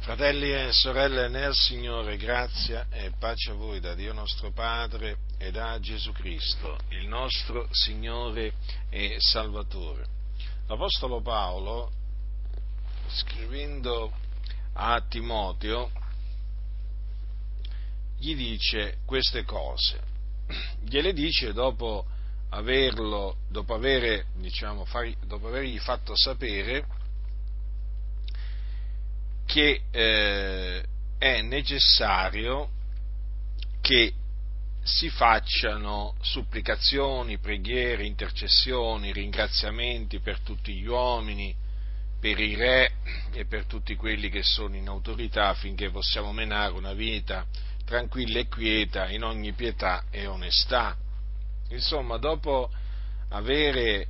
Fratelli e sorelle nel Signore, grazia e pace a voi da Dio nostro Padre e da Gesù Cristo, il nostro Signore e Salvatore. L'Apostolo Paolo, scrivendo a Timoteo, gli dice queste cose. Gliele dice dopo avergli fatto sapere che è necessario che si facciano supplicazioni, preghiere, intercessioni, ringraziamenti per tutti gli uomini, per i re e per tutti quelli che sono in autorità, affinché possiamo menare una vita tranquilla e quieta in ogni pietà e onestà. Insomma, dopo avere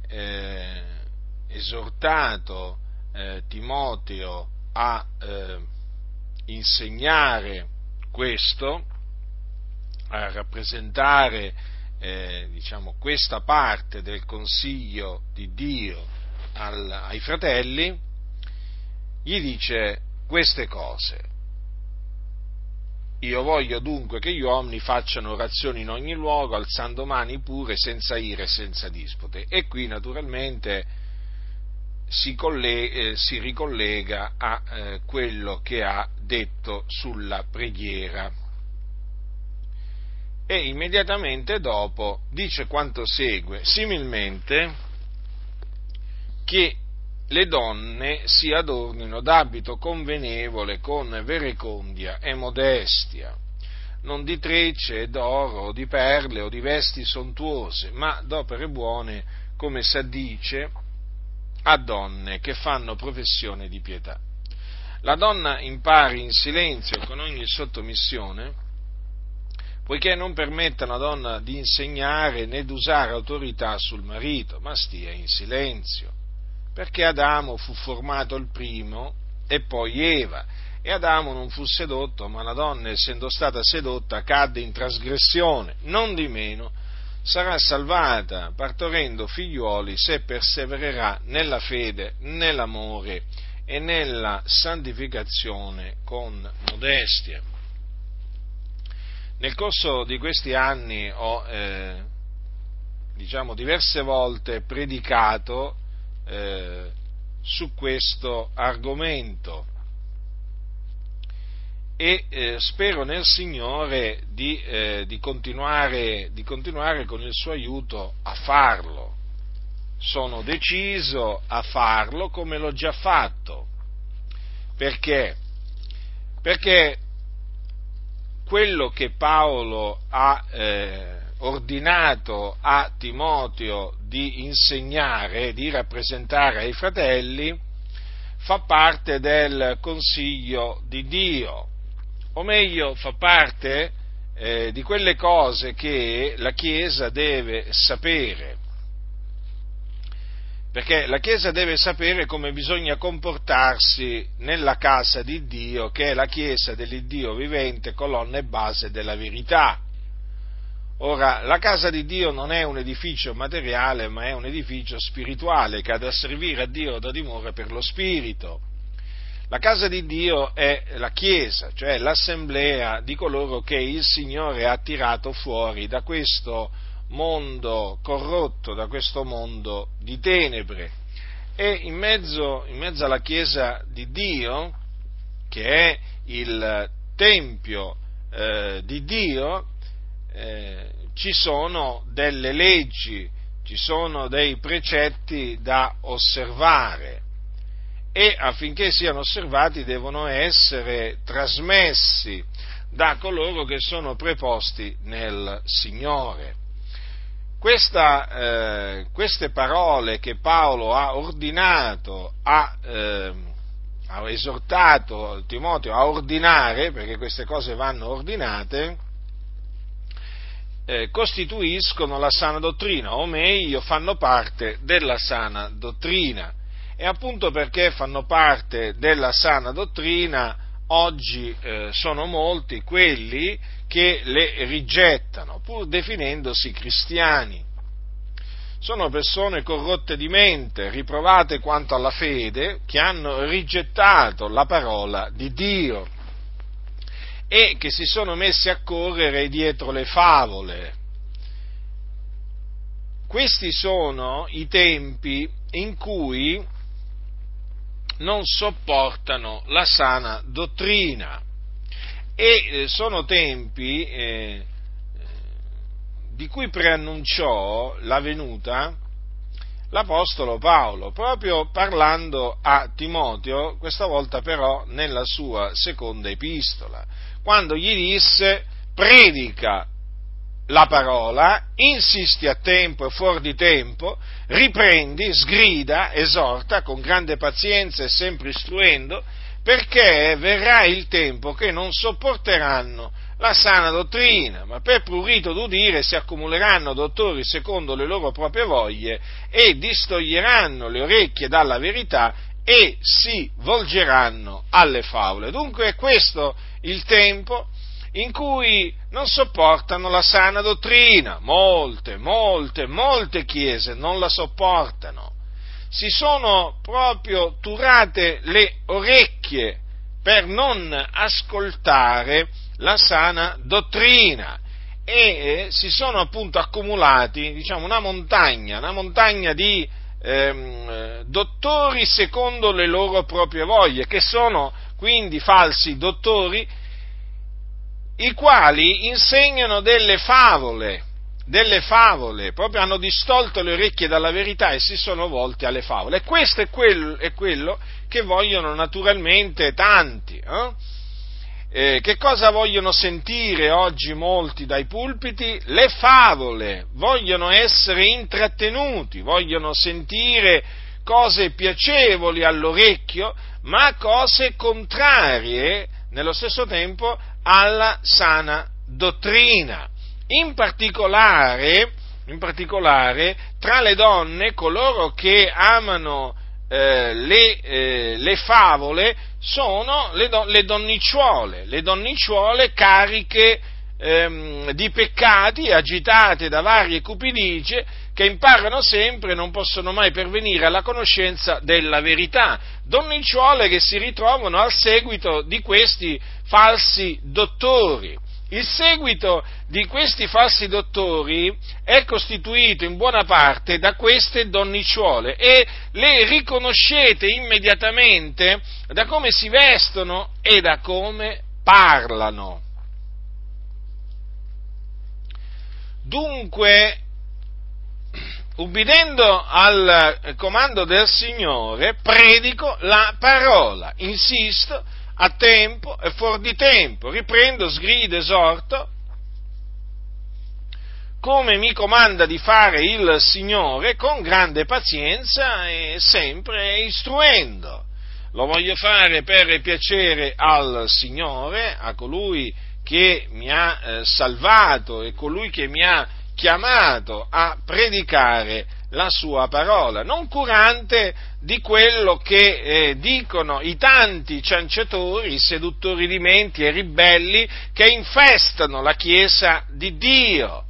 esortato Timoteo a insegnare questo, a rappresentare questa parte del consiglio di Dio ai fratelli, gli dice queste cose. Io voglio dunque che gli uomini facciano orazioni in ogni luogo, alzando mani pure, senza ira e senza disputi. E qui naturalmente si ricollega a quello che ha detto sulla preghiera. E immediatamente dopo dice quanto segue: similmente che le donne si adornino d'abito convenevole, con verecondia e modestia, non di trecce, d'oro, o di perle, o di vesti sontuose, ma d'opere buone, come s'addice a donne che fanno professione di pietà. La donna impari in silenzio con ogni sottomissione, poiché non permette alla donna di insegnare né d'usare autorità sul marito, ma stia in silenzio. Perché Adamo fu formato il primo e poi Eva, e Adamo non fu sedotto, ma la donna, essendo stata sedotta, cadde in trasgressione. Non di meno sarà salvata, partorendo figliuoli, se persevererà nella fede, nell'amore e nella santificazione con modestia. Nel corso di questi anni ho diverse volte predicato su questo argomento e spero nel Signore di continuare con il suo aiuto a farlo. Sono deciso a farlo, come l'ho già fatto. Perché? Perché quello che Paolo ha ordinato a Timoteo di insegnare, di rappresentare ai fratelli, fa parte del consiglio di Dio, o meglio, fa parte di quelle cose che la Chiesa deve sapere, perché la Chiesa deve sapere come bisogna comportarsi nella casa di Dio, che è la Chiesa dell'Iddio vivente, colonna e base della verità. Ora, la casa di Dio non è un edificio materiale, ma è un edificio spirituale che ha da servire a Dio da dimora per lo Spirito. La casa di Dio è la Chiesa, cioè l'assemblea di coloro che il Signore ha tirato fuori da questo mondo corrotto, da questo mondo di tenebre. E in mezzo alla Chiesa di Dio, che è il Tempio di Dio, ci sono delle leggi, ci sono dei precetti da osservare, e affinché siano osservati devono essere trasmessi da coloro che sono preposti nel Signore. Queste parole che Paolo ha ordinato, ha esortato Timoteo a ordinare, perché queste cose vanno ordinate, costituiscono la sana dottrina, o meglio fanno parte della sana dottrina. E appunto perché fanno parte della sana dottrina, oggi sono molti quelli che le rigettano, pur definendosi cristiani. sono persone corrotte di mente, riprovate quanto alla fede, che hanno rigettato la parola di Dio e che si sono messi a correre dietro le favole. Questi sono i tempi in cui non sopportano la sana dottrina e sono tempi di cui preannunciò la venuta l'Apostolo Paolo, proprio parlando a Timoteo, questa volta però nella sua seconda epistola, quando gli disse: predica la parola, insisti a tempo e fuori di tempo, riprendi, sgrida, esorta con grande pazienza e sempre istruendo, perché verrà il tempo che non sopporteranno la sana dottrina, ma per prurito d'udire si accumuleranno dottori secondo le loro proprie voglie e distoglieranno le orecchie dalla verità e si volgeranno alle favole. Dunque è questo il tempo in cui non sopportano la sana dottrina. Molte chiese non la sopportano. Si sono proprio turate le orecchie per non ascoltare la sana dottrina e si sono appunto accumulati, una montagna di dottori secondo le loro proprie voglie, che sono quindi falsi dottori, i quali insegnano delle favole, proprio hanno distolto le orecchie dalla verità e si sono volti alle favole. E questo è quello che vogliono naturalmente tanti. Che cosa vogliono sentire oggi molti dai pulpiti? Le favole, vogliono essere intrattenuti, vogliono sentire cose piacevoli all'orecchio, ma cose contrarie nello stesso tempo alla sana dottrina. In particolare, tra le donne, coloro che amano le favole sono le donnicciuole cariche di peccati, agitate da varie cupidigie, che imparano sempre e non possono mai pervenire alla conoscenza della verità. Donnicciuole che si ritrovano al seguito di questi falsi dottori. Il seguito di questi falsi dottori è costituito in buona parte da queste donnicciuole e le riconoscete immediatamente da come si vestono e da come parlano. Dunque, ubbidendo al comando del Signore, predico la parola, insisto a tempo e fuori di tempo, riprendo, sgrido, esorto, come mi comanda di fare il Signore, con grande pazienza e sempre istruendo. Lo voglio fare per piacere al Signore, a colui che mi ha salvato e colui che mi ha chiamato a predicare la sua parola, non curante di quello che dicono i tanti cianciatori, i seduttori di menti e ribelli che infestano la Chiesa di Dio.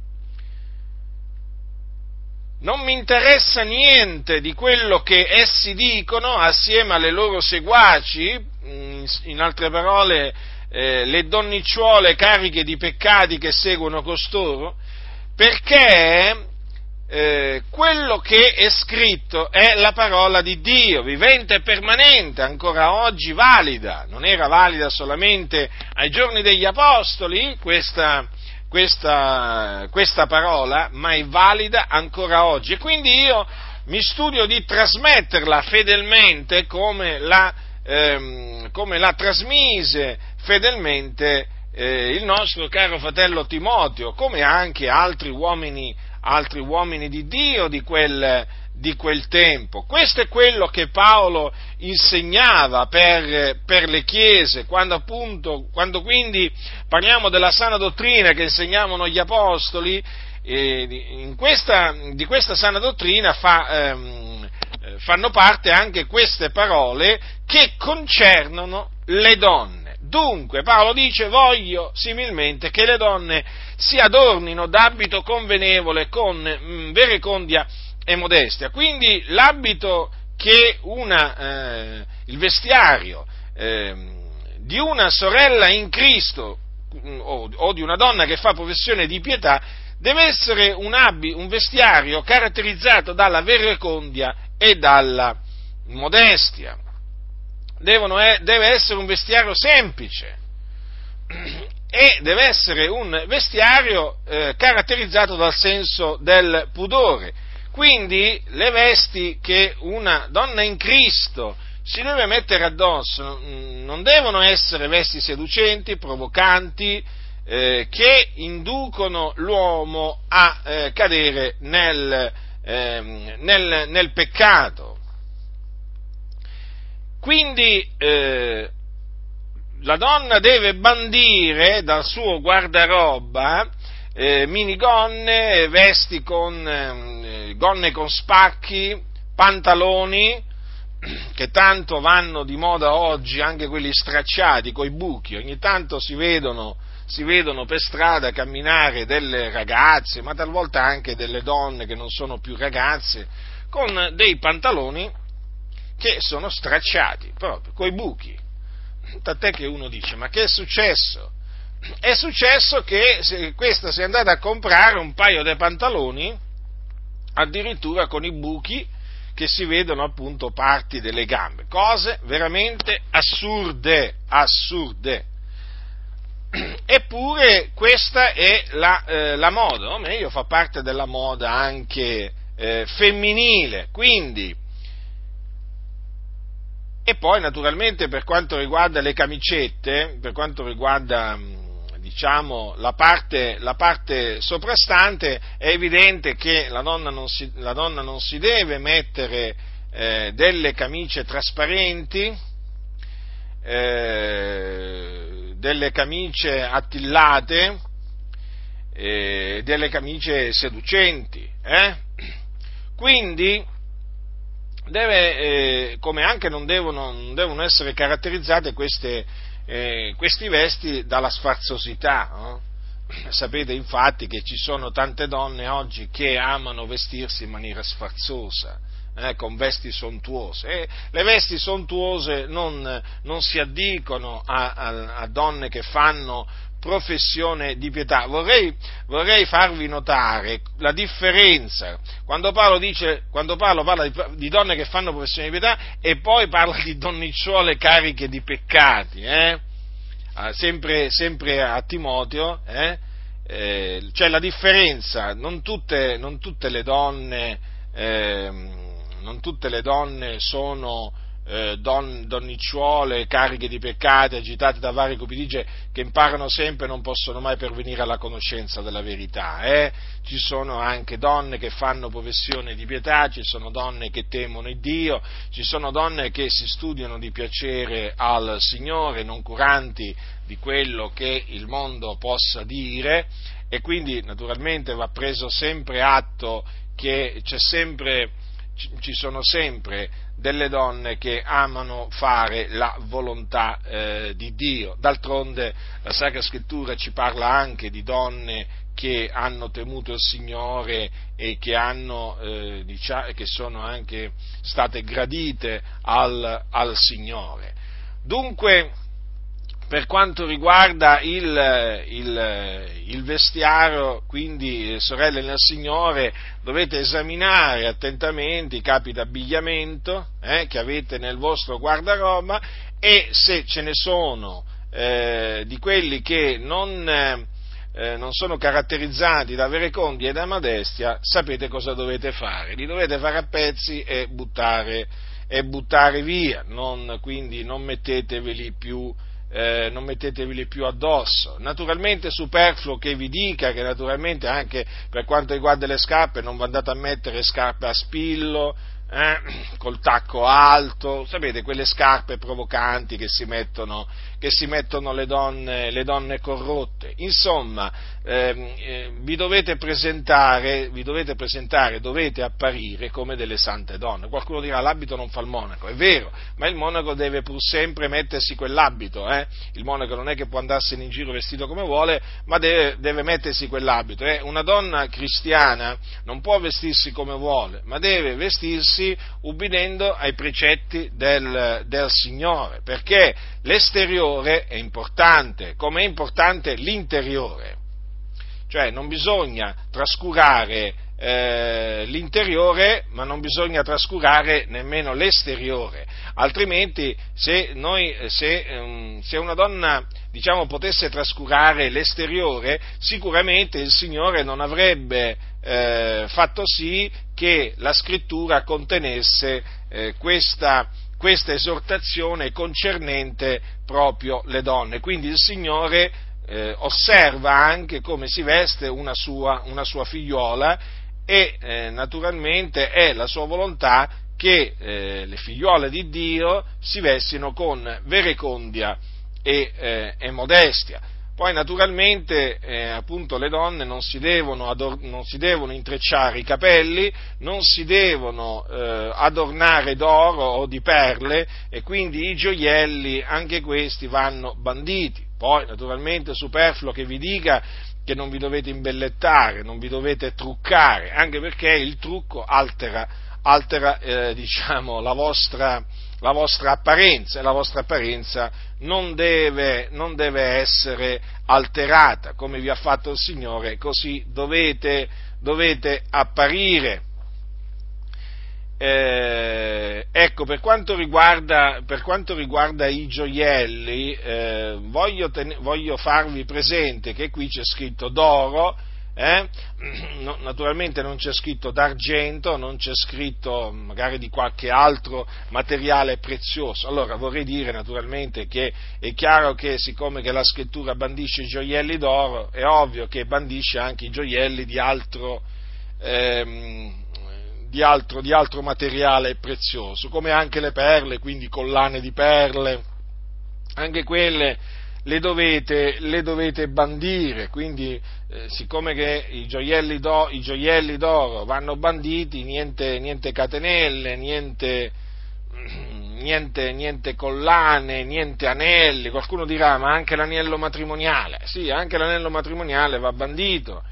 Non mi interessa niente di quello che essi dicono assieme alle loro seguaci, in altre parole le donnicciuole cariche di peccati che seguono costoro, perché quello che è scritto è la parola di Dio, vivente e permanente, ancora oggi valida. Non era valida solamente ai giorni degli Apostoli questa parola, ma è valida ancora oggi. E quindi io mi studio di trasmetterla fedelmente come la trasmise fedelmente il nostro caro fratello Timoteo, come anche altri uomini di Dio di quel tempo. Questo è quello che Paolo insegnava per le chiese, quando quindi parliamo della sana dottrina che insegnavano gli apostoli. Di questa sana dottrina fanno parte anche queste parole che concernono le donne. Dunque, Paolo dice, voglio similmente che le donne si adornino d'abito convenevole con verecondia e modestia. Quindi l'abito che il vestiario di una sorella in Cristo o di una donna che fa professione di pietà deve essere un vestiario caratterizzato dalla verecondia e dalla modestia. Deve essere un vestiario semplice e deve essere un vestiario caratterizzato dal senso del pudore. Quindi le vesti che una donna in Cristo si deve mettere addosso non devono essere vesti seducenti, provocanti, che inducono l'uomo a cadere nel peccato. Quindi la donna deve bandire dal suo guardaroba minigonne, vesti gonne con spacchi, pantaloni, che tanto vanno di moda oggi, anche quelli stracciati, coi buchi. Ogni tanto si vedono per strada camminare delle ragazze, ma talvolta anche delle donne che non sono più ragazze, con dei pantaloni che sono stracciati, proprio, coi buchi. Tant'è che uno dice, ma che è successo? È successo che questa si è andata a comprare un paio di pantaloni, addirittura con i buchi, che si vedono appunto parti delle gambe, cose veramente assurde. Eppure questa è la moda, o meglio fa parte della moda anche femminile, quindi. E poi naturalmente per quanto riguarda le camicette, per quanto riguarda diciamo la parte soprastante, è evidente che la donna non si deve mettere delle camicie trasparenti, delle camicie attillate, delle camicie seducenti. Quindi come anche non devono essere caratterizzate questi vesti dalla sfarzosità, no? Sapete infatti che ci sono tante donne oggi che amano vestirsi in maniera sfarzosa, con vesti sontuose, e le vesti sontuose non si addicono a donne che fanno professione di pietà. Vorrei farvi notare la differenza quando Paolo parla di donne che fanno professione di pietà e poi parla di donnicciuole cariche di peccati, sempre a Timoteo, c'è la differenza, non tutte le donne sono donnicciuole cariche di peccati, agitate da varie cupidigie, che imparano sempre e non possono mai pervenire alla conoscenza della verità. Ci sono anche donne che fanno professione di pietà, ci sono donne che temono il Dio, ci sono donne che si studiano di piacere al Signore, non curanti di quello che il mondo possa dire, e quindi naturalmente va preso sempre atto che ci sono sempre delle donne che amano fare la volontà di Dio. D'altronde la Sacra Scrittura ci parla anche di donne che hanno temuto il Signore e che che sono anche state gradite al Signore. Dunque, per quanto riguarda il vestiario, quindi sorelle nel Signore, dovete esaminare attentamente i capi d'abbigliamento che avete nel vostro guardaroba, e se ce ne sono di quelli che non sono caratterizzati da verecondia e da modestia, sapete cosa dovete fare: li dovete fare a pezzi e buttare via, quindi non metteteveli più addosso. Naturalmente è superfluo che vi dica che naturalmente anche per quanto riguarda le scarpe non andate a mettere scarpe a spillo, col tacco alto, sapete, quelle scarpe provocanti che si mettono le donne corrotte. Insomma, vi dovete presentare, dovete apparire come delle sante donne. Qualcuno dirà: l'abito non fa il monaco. È vero, ma il monaco deve pur sempre mettersi quell'abito, Il monaco non è che può andarsene in giro vestito come vuole, ma deve mettersi quell'abito. Una donna cristiana non può vestirsi come vuole, ma deve vestirsi ubbidendo ai precetti del Signore, perché l'esteriore è importante, come è importante l'interiore. Cioè non bisogna trascurare l'interiore, ma non bisogna trascurare nemmeno l'esteriore, altrimenti se una donna, potesse trascurare l'esteriore, sicuramente il Signore non avrebbe fatto sì che la Scrittura contenesse questa esortazione concernente proprio le donne. Quindi il Signore osserva anche come si veste una sua figliuola e naturalmente è la sua volontà che le figliuole di Dio si vestino con verecondia e modestia. Poi naturalmente appunto le donne non si devono intrecciare i capelli, non si devono adornare d'oro o di perle, e quindi i gioielli, anche questi, vanno banditi. Poi naturalmente è superfluo che vi dica che non vi dovete imbellettare, non vi dovete truccare, anche perché il trucco altera la vostra apparenza, e la vostra apparenza non deve essere alterata. Come vi ha fatto il Signore, così dovete apparire. Ecco, per quanto riguarda i gioielli, voglio farvi presente che qui c'è scritto d'oro, no, naturalmente non c'è scritto d'argento, non c'è scritto magari di qualche altro materiale prezioso. Allora vorrei dire naturalmente che è chiaro che siccome che la Scrittura bandisce i gioielli d'oro, è ovvio che bandisce anche i gioielli di altro materiale prezioso, come anche le perle, quindi collane di perle, anche quelle le dovete bandire. Quindi siccome che i gioielli d'oro vanno banditi, niente catenelle, niente collane, niente anelli. Qualcuno dirà: ma anche l'anello matrimoniale? Sì, anche l'anello matrimoniale va bandito.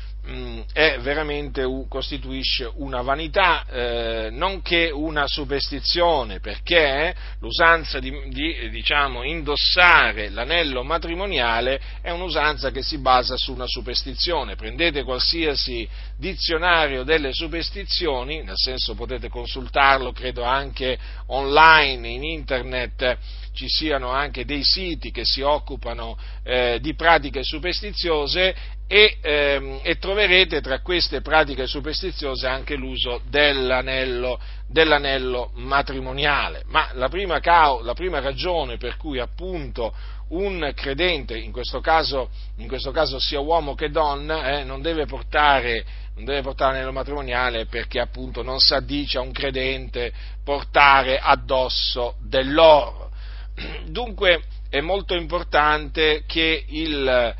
Costituisce una vanità, nonché una superstizione, perché l'usanza di indossare l'anello matrimoniale è un'usanza che si basa su una superstizione. Prendete qualsiasi dizionario delle superstizioni, nel senso, potete consultarlo, credo anche online, in internet ci siano anche dei siti che si occupano di pratiche superstiziose, e troverete tra queste pratiche superstiziose anche l'uso dell'anello matrimoniale. Ma la prima ragione per cui appunto un credente, in questo caso sia uomo che donna, non deve portare l'anello matrimoniale, perché appunto non s'addice a un credente portare addosso dell'oro. Dunque è molto importante che il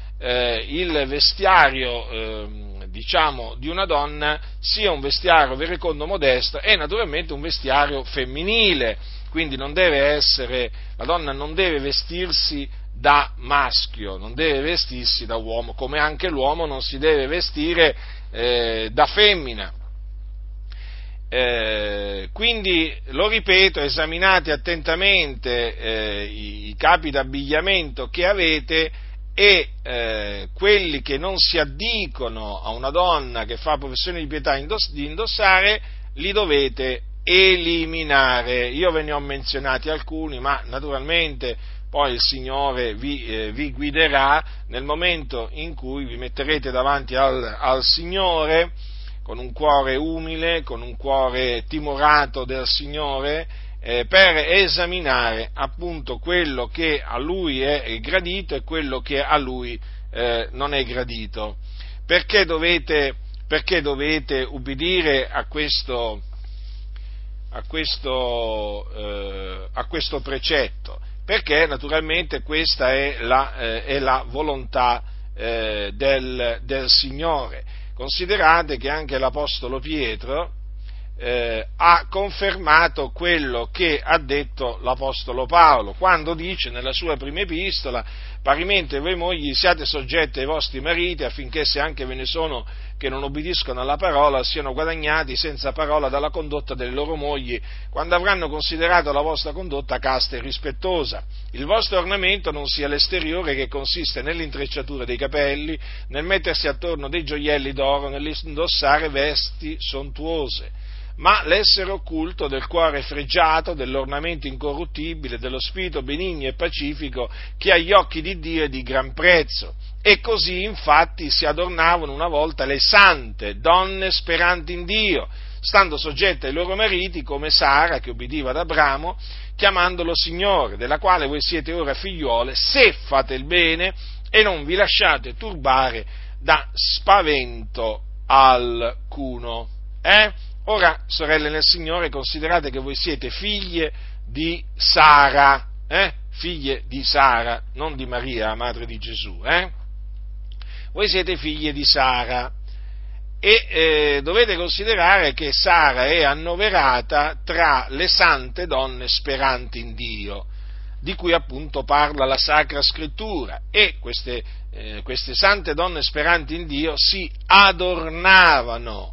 vestiario di una donna sia un vestiario verecondo, modesto, e naturalmente un vestiario femminile. Quindi la donna non deve vestirsi da maschio, non deve vestirsi da uomo, come anche l'uomo non si deve vestire da femmina. Quindi, lo ripeto, esaminate attentamente i capi d'abbigliamento che avete, e quelli che non si addicono a una donna che fa professione di pietà di indossare, li dovete eliminare. Io ve ne ho menzionati alcuni, ma naturalmente poi il Signore vi guiderà nel momento in cui vi metterete davanti al Signore, con un cuore umile, con un cuore timorato del Signore, per esaminare appunto quello che a Lui è gradito e quello che a Lui non è gradito. Perché dovete ubbidire a questo a questo precetto, perché naturalmente questa è la volontà del Signore. Considerate che anche l'Apostolo Pietro ha confermato quello che ha detto l'Apostolo Paolo, quando dice nella sua prima epistola: parimenti voi mogli siate soggetti ai vostri mariti, affinché se anche ve ne sono che non obbediscono alla parola, siano guadagnati senza parola dalla condotta delle loro mogli, quando avranno considerato la vostra condotta casta e rispettosa. Il vostro ornamento non sia l'esteriore, che consiste nell'intrecciatura dei capelli, nel mettersi attorno dei gioielli d'oro, nell'indossare vesti sontuose, ma l'essere occulto del cuore fregiato, dell'ornamento incorruttibile, dello spirito benigno e pacifico, che agli occhi di Dio è di gran prezzo. E così infatti si adornavano una volta le sante donne speranti in Dio, stando soggette ai loro mariti, come Sara, che obbediva ad Abramo, chiamandolo Signore, della quale voi siete ora figliuole, se fate il bene e non vi lasciate turbare da spavento alcuno. Ora, sorelle nel Signore, considerate che voi siete figlie di Sara, figlie di Sara, non di Maria, madre di Gesù, Voi siete figlie di Sara e dovete considerare che Sara è annoverata tra le sante donne speranti in Dio, di cui appunto parla la Sacra Scrittura, e queste sante donne speranti in Dio si adornavano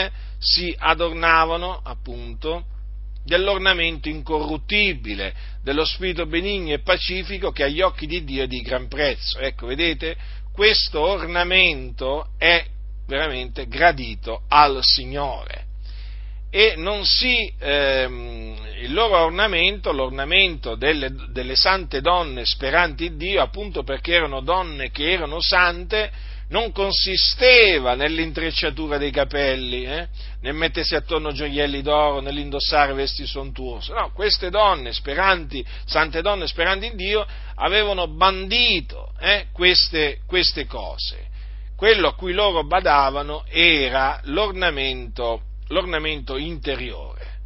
appunto dell'ornamento incorruttibile, dello spirito benigno e pacifico, che agli occhi di Dio è di gran prezzo. Ecco, vedete, questo ornamento è veramente gradito al Signore. E il loro ornamento, l'ornamento delle sante donne speranti in Dio, appunto perché erano donne che erano sante, non consisteva nell'intrecciatura dei capelli, nel mettersi attorno gioielli d'oro, nell'indossare vesti sontuose. No, queste donne speranti, sante donne speranti in Dio, avevano bandito queste cose. Quello a cui loro badavano era l'ornamento interiore,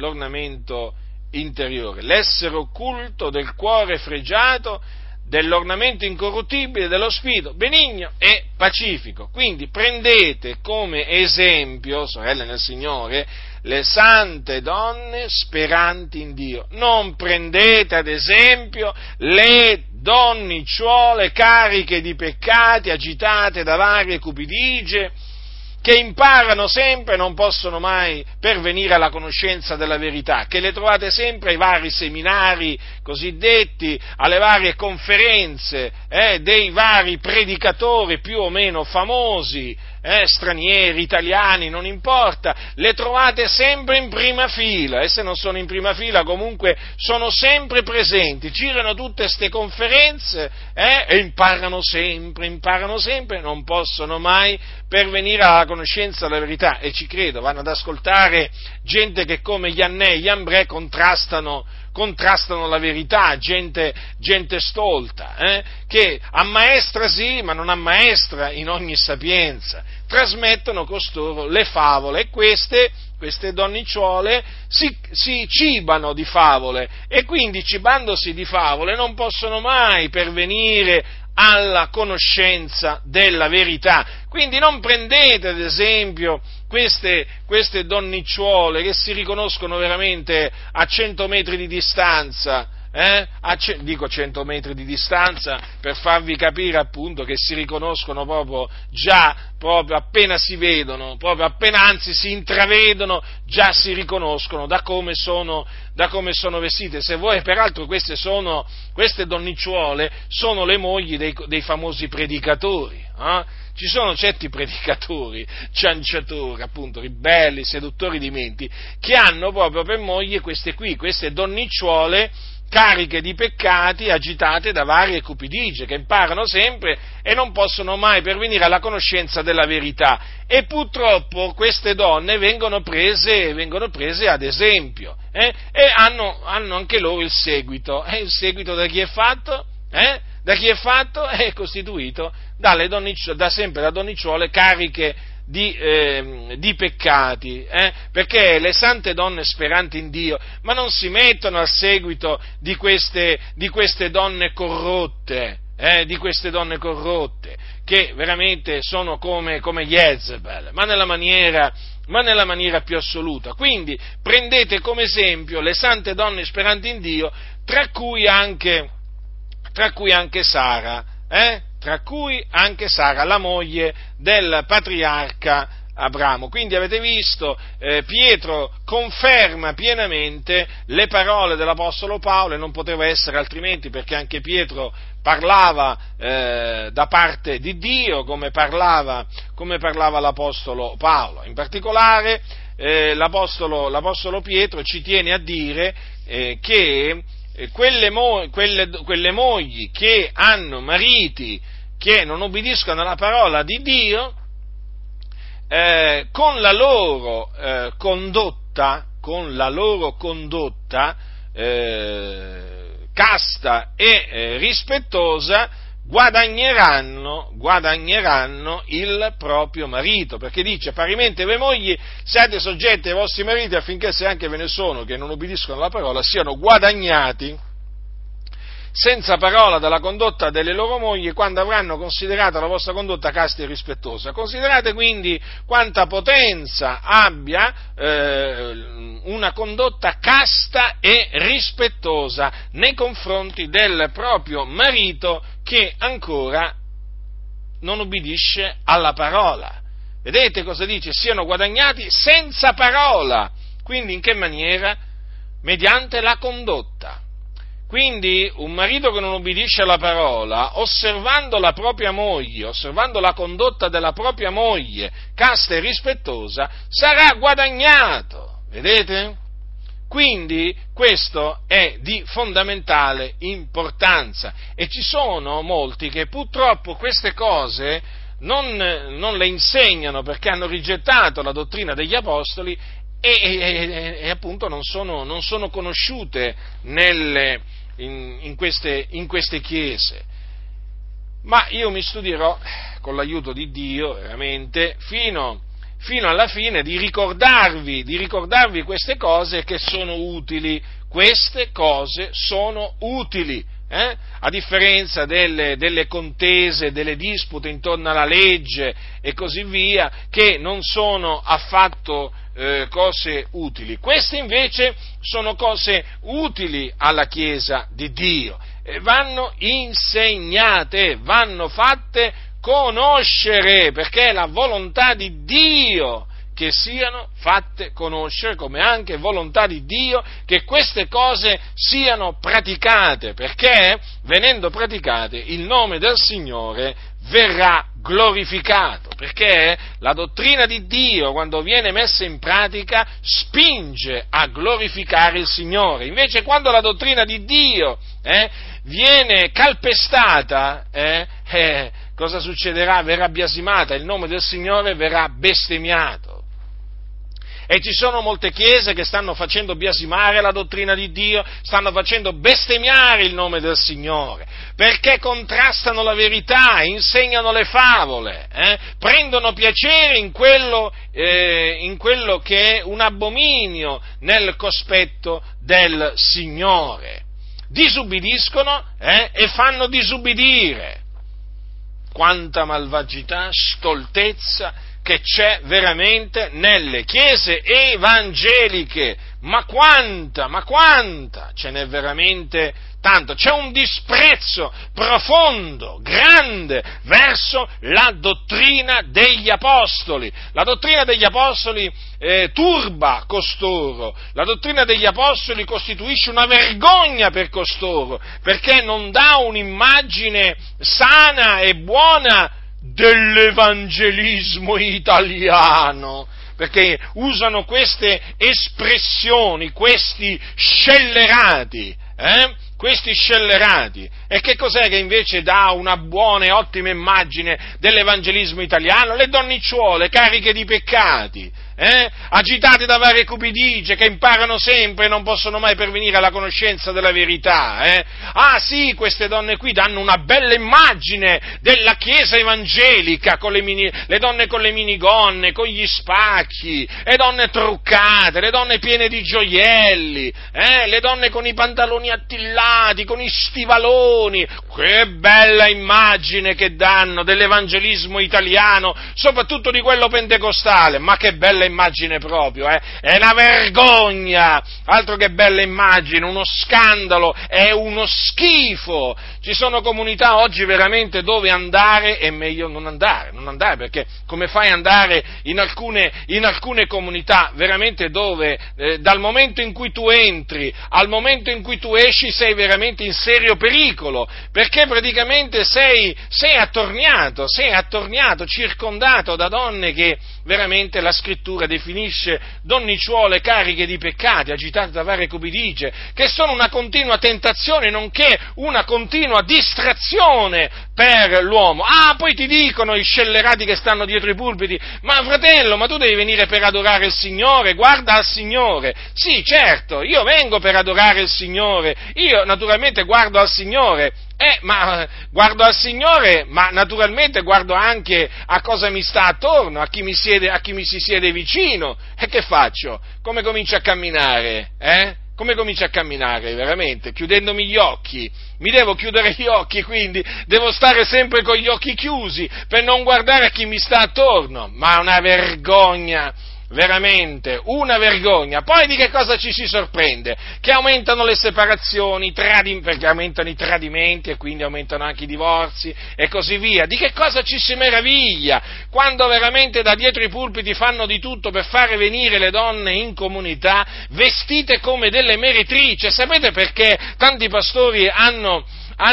l'essere occulto del cuore fregiato, dell'ornamento incorruttibile dello spirito benigno e pacifico. Quindi prendete come esempio, sorelle nel Signore, le sante donne speranti in Dio. Non prendete ad esempio le donnicciuole cariche di peccati, agitate da varie cupidigie, che imparano sempre e non possono mai pervenire alla conoscenza della verità, che le trovate sempre ai vari seminari cosiddetti, alle varie conferenze dei vari predicatori più o meno famosi, stranieri, italiani, non importa, le trovate sempre in prima fila, e se non sono in prima fila comunque sono sempre presenti, girano tutte ste conferenze e imparano sempre, non possono mai pervenire alla conoscenza della verità, e ci credo, vanno ad ascoltare gente che come Iannè e Iambrè contrastano la verità, gente stolta, che ammaestra sì, ma non ammaestra in ogni sapienza. Trasmettono costoro le favole, e queste donnicciuole si cibano di favole, e quindi cibandosi di favole non possono mai pervenire alla conoscenza della verità. Quindi non prendete ad esempio queste donnicciuole che si riconoscono veramente a 100 metri di distanza, dico 100 metri di distanza per farvi capire appunto che si riconoscono proprio appena si vedono, anzi si intravedono, già si riconoscono da come sono vestite. Se voi, peraltro, queste donnicciuole sono le mogli dei famosi predicatori, Ci sono certi predicatori, cianciatori, appunto, ribelli, seduttori di menti, che hanno proprio per moglie queste donnicciuole cariche di peccati, agitate da varie cupidigie, che imparano sempre e non possono mai pervenire alla conoscenza della verità. E purtroppo queste donne vengono prese ad esempio, e hanno anche loro il seguito. E il seguito da chi è fatto? Da chi è fatto? È costituito sempre da donnicciuole cariche di peccati, perché le sante donne speranti in Dio, ma non si mettono al seguito di queste donne corrotte, che veramente sono come Jezebel, ma nella maniera più assoluta. Quindi prendete come esempio le sante donne speranti in Dio, tra cui anche Sara, la moglie del patriarca Abramo. Quindi avete visto, Pietro conferma pienamente le parole dell'Apostolo Paolo, e non poteva essere altrimenti, perché anche Pietro parlava da parte di Dio, come parlava l'Apostolo Paolo. In particolare l'Apostolo Pietro ci tiene a dire che quelle mogli che hanno mariti che non obbediscono alla parola di Dio, con la loro condotta casta e rispettosa guadagneranno il proprio marito, perché dice: parimenti voi mogli siate soggetti ai vostri mariti, affinché se anche ve ne sono che non obbediscono alla parola siano guadagnati senza parola dalla condotta delle loro mogli, quando avranno considerato la vostra condotta casta e rispettosa. Considerate quindi quanta potenza abbia una condotta casta e rispettosa nei confronti del proprio marito che ancora non ubbidisce alla parola. Vedete cosa dice? Siano guadagnati senza parola. Quindi in che maniera? Mediante la condotta. Quindi un marito che non ubbidisce alla parola, osservando la propria moglie, osservando la condotta della propria moglie, casta e rispettosa, sarà guadagnato. Vedete? Quindi questo è di fondamentale importanza, e ci sono molti che purtroppo queste cose non le insegnano, perché hanno rigettato la dottrina degli apostoli e appunto non sono conosciute in queste chiese. Ma io mi studierò, con l'aiuto di Dio, veramente, fino alla fine, di ricordarvi queste cose che sono utili. Queste cose sono utili, a differenza delle contese, delle dispute intorno alla legge e così via, che non sono affatto cose utili. Queste invece sono cose utili alla Chiesa di Dio, e vanno insegnate, vanno fatte conoscere, perché è la volontà di Dio che siano fatte conoscere, come anche volontà di Dio che queste cose siano praticate, perché venendo praticate il nome del Signore verrà glorificato, perché la dottrina di Dio, quando viene messa in pratica, spinge a glorificare il Signore. Invece quando la dottrina di Dio viene calpestata, cosa succederà? Verrà biasimata, il nome del Signore verrà bestemmiato. E ci sono molte chiese che stanno facendo biasimare la dottrina di Dio, stanno facendo bestemmiare il nome del Signore, perché contrastano la verità, insegnano le favole, prendono piacere in quello che è un abominio nel cospetto del Signore. Disubbidiscono e fanno disubbidire. Quanta malvagità, stoltezza che c'è veramente nelle chiese evangeliche, ma quanta, ce n'è veramente tanto, c'è un disprezzo profondo, grande, verso la dottrina degli apostoli. La dottrina degli apostoli turba costoro, la dottrina degli apostoli costituisce una vergogna per costoro, perché non dà un'immagine sana e buona dell'evangelismo italiano, perché usano queste espressioni, questi scellerati, e che cos'è che invece dà una buona e ottima immagine dell'evangelismo italiano? Le donnicciuole cariche di peccati, agitate da varie cupidigie, che imparano sempre e non possono mai pervenire alla conoscenza della verità. Ah sì, queste donne qui danno una bella immagine della Chiesa evangelica, con le donne con le minigonne, con gli spacchi, le donne truccate, le donne piene di gioielli, le donne con i pantaloni attillati, con i stivaloni. Che bella immagine che danno dell'evangelismo italiano, soprattutto di quello pentecostale, ma che bella immagine proprio, è una vergogna, altro che bella immagine, uno scandalo, è uno schifo. Ci sono comunità oggi veramente dove andare è meglio non andare, perché come fai ad andare in alcune comunità veramente dove dal momento in cui tu entri al momento in cui tu esci sei veramente in serio pericolo, perché praticamente sei attorniato, circondato da donne che veramente la scrittura definisce donnicciuole cariche di peccati, agitate da varie cupidigie, che sono una continua tentazione, nonché una continua distrazione per l'uomo. Ah, poi ti dicono i scellerati che stanno dietro i pulpiti: ma fratello, ma tu devi venire per adorare il Signore, guarda al Signore. Sì, certo, io vengo per adorare il Signore, io naturalmente guardo al Signore, ma guardo al Signore, ma naturalmente guardo anche a cosa mi sta attorno, a chi mi si siede vicino. E che faccio? Come comincio a camminare? Come comincio a camminare, veramente? Chiudendomi gli occhi? Mi devo chiudere gli occhi, quindi devo stare sempre con gli occhi chiusi per non guardare a chi mi sta attorno. Ma una vergogna! Veramente, una vergogna. Poi di che cosa ci si sorprende? Che aumentano le separazioni, perché aumentano i tradimenti e quindi aumentano anche i divorzi e così via. Di che cosa ci si meraviglia? Quando veramente da dietro i pulpiti fanno di tutto per fare venire le donne in comunità vestite come delle meretrici. Sapete perché tanti pastori hanno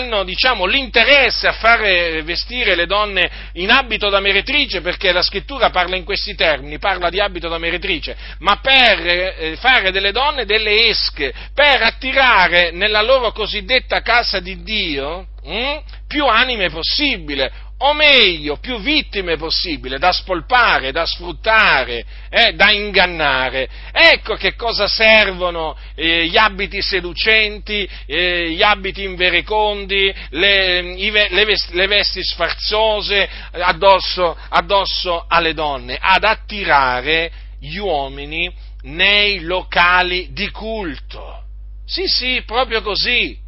l'interesse a fare vestire le donne in abito da meretrice? Perché la scrittura parla in questi termini, parla di abito da meretrice, ma per fare delle donne delle esche, per attirare nella loro cosiddetta casa di Dio più anime possibile, o meglio, più vittime possibile, da spolpare, da sfruttare, da ingannare. Ecco che cosa servono gli abiti seducenti, gli abiti inverecondi, le vesti sfarzose addosso alle donne, ad attirare gli uomini nei locali di culto. Sì, proprio così.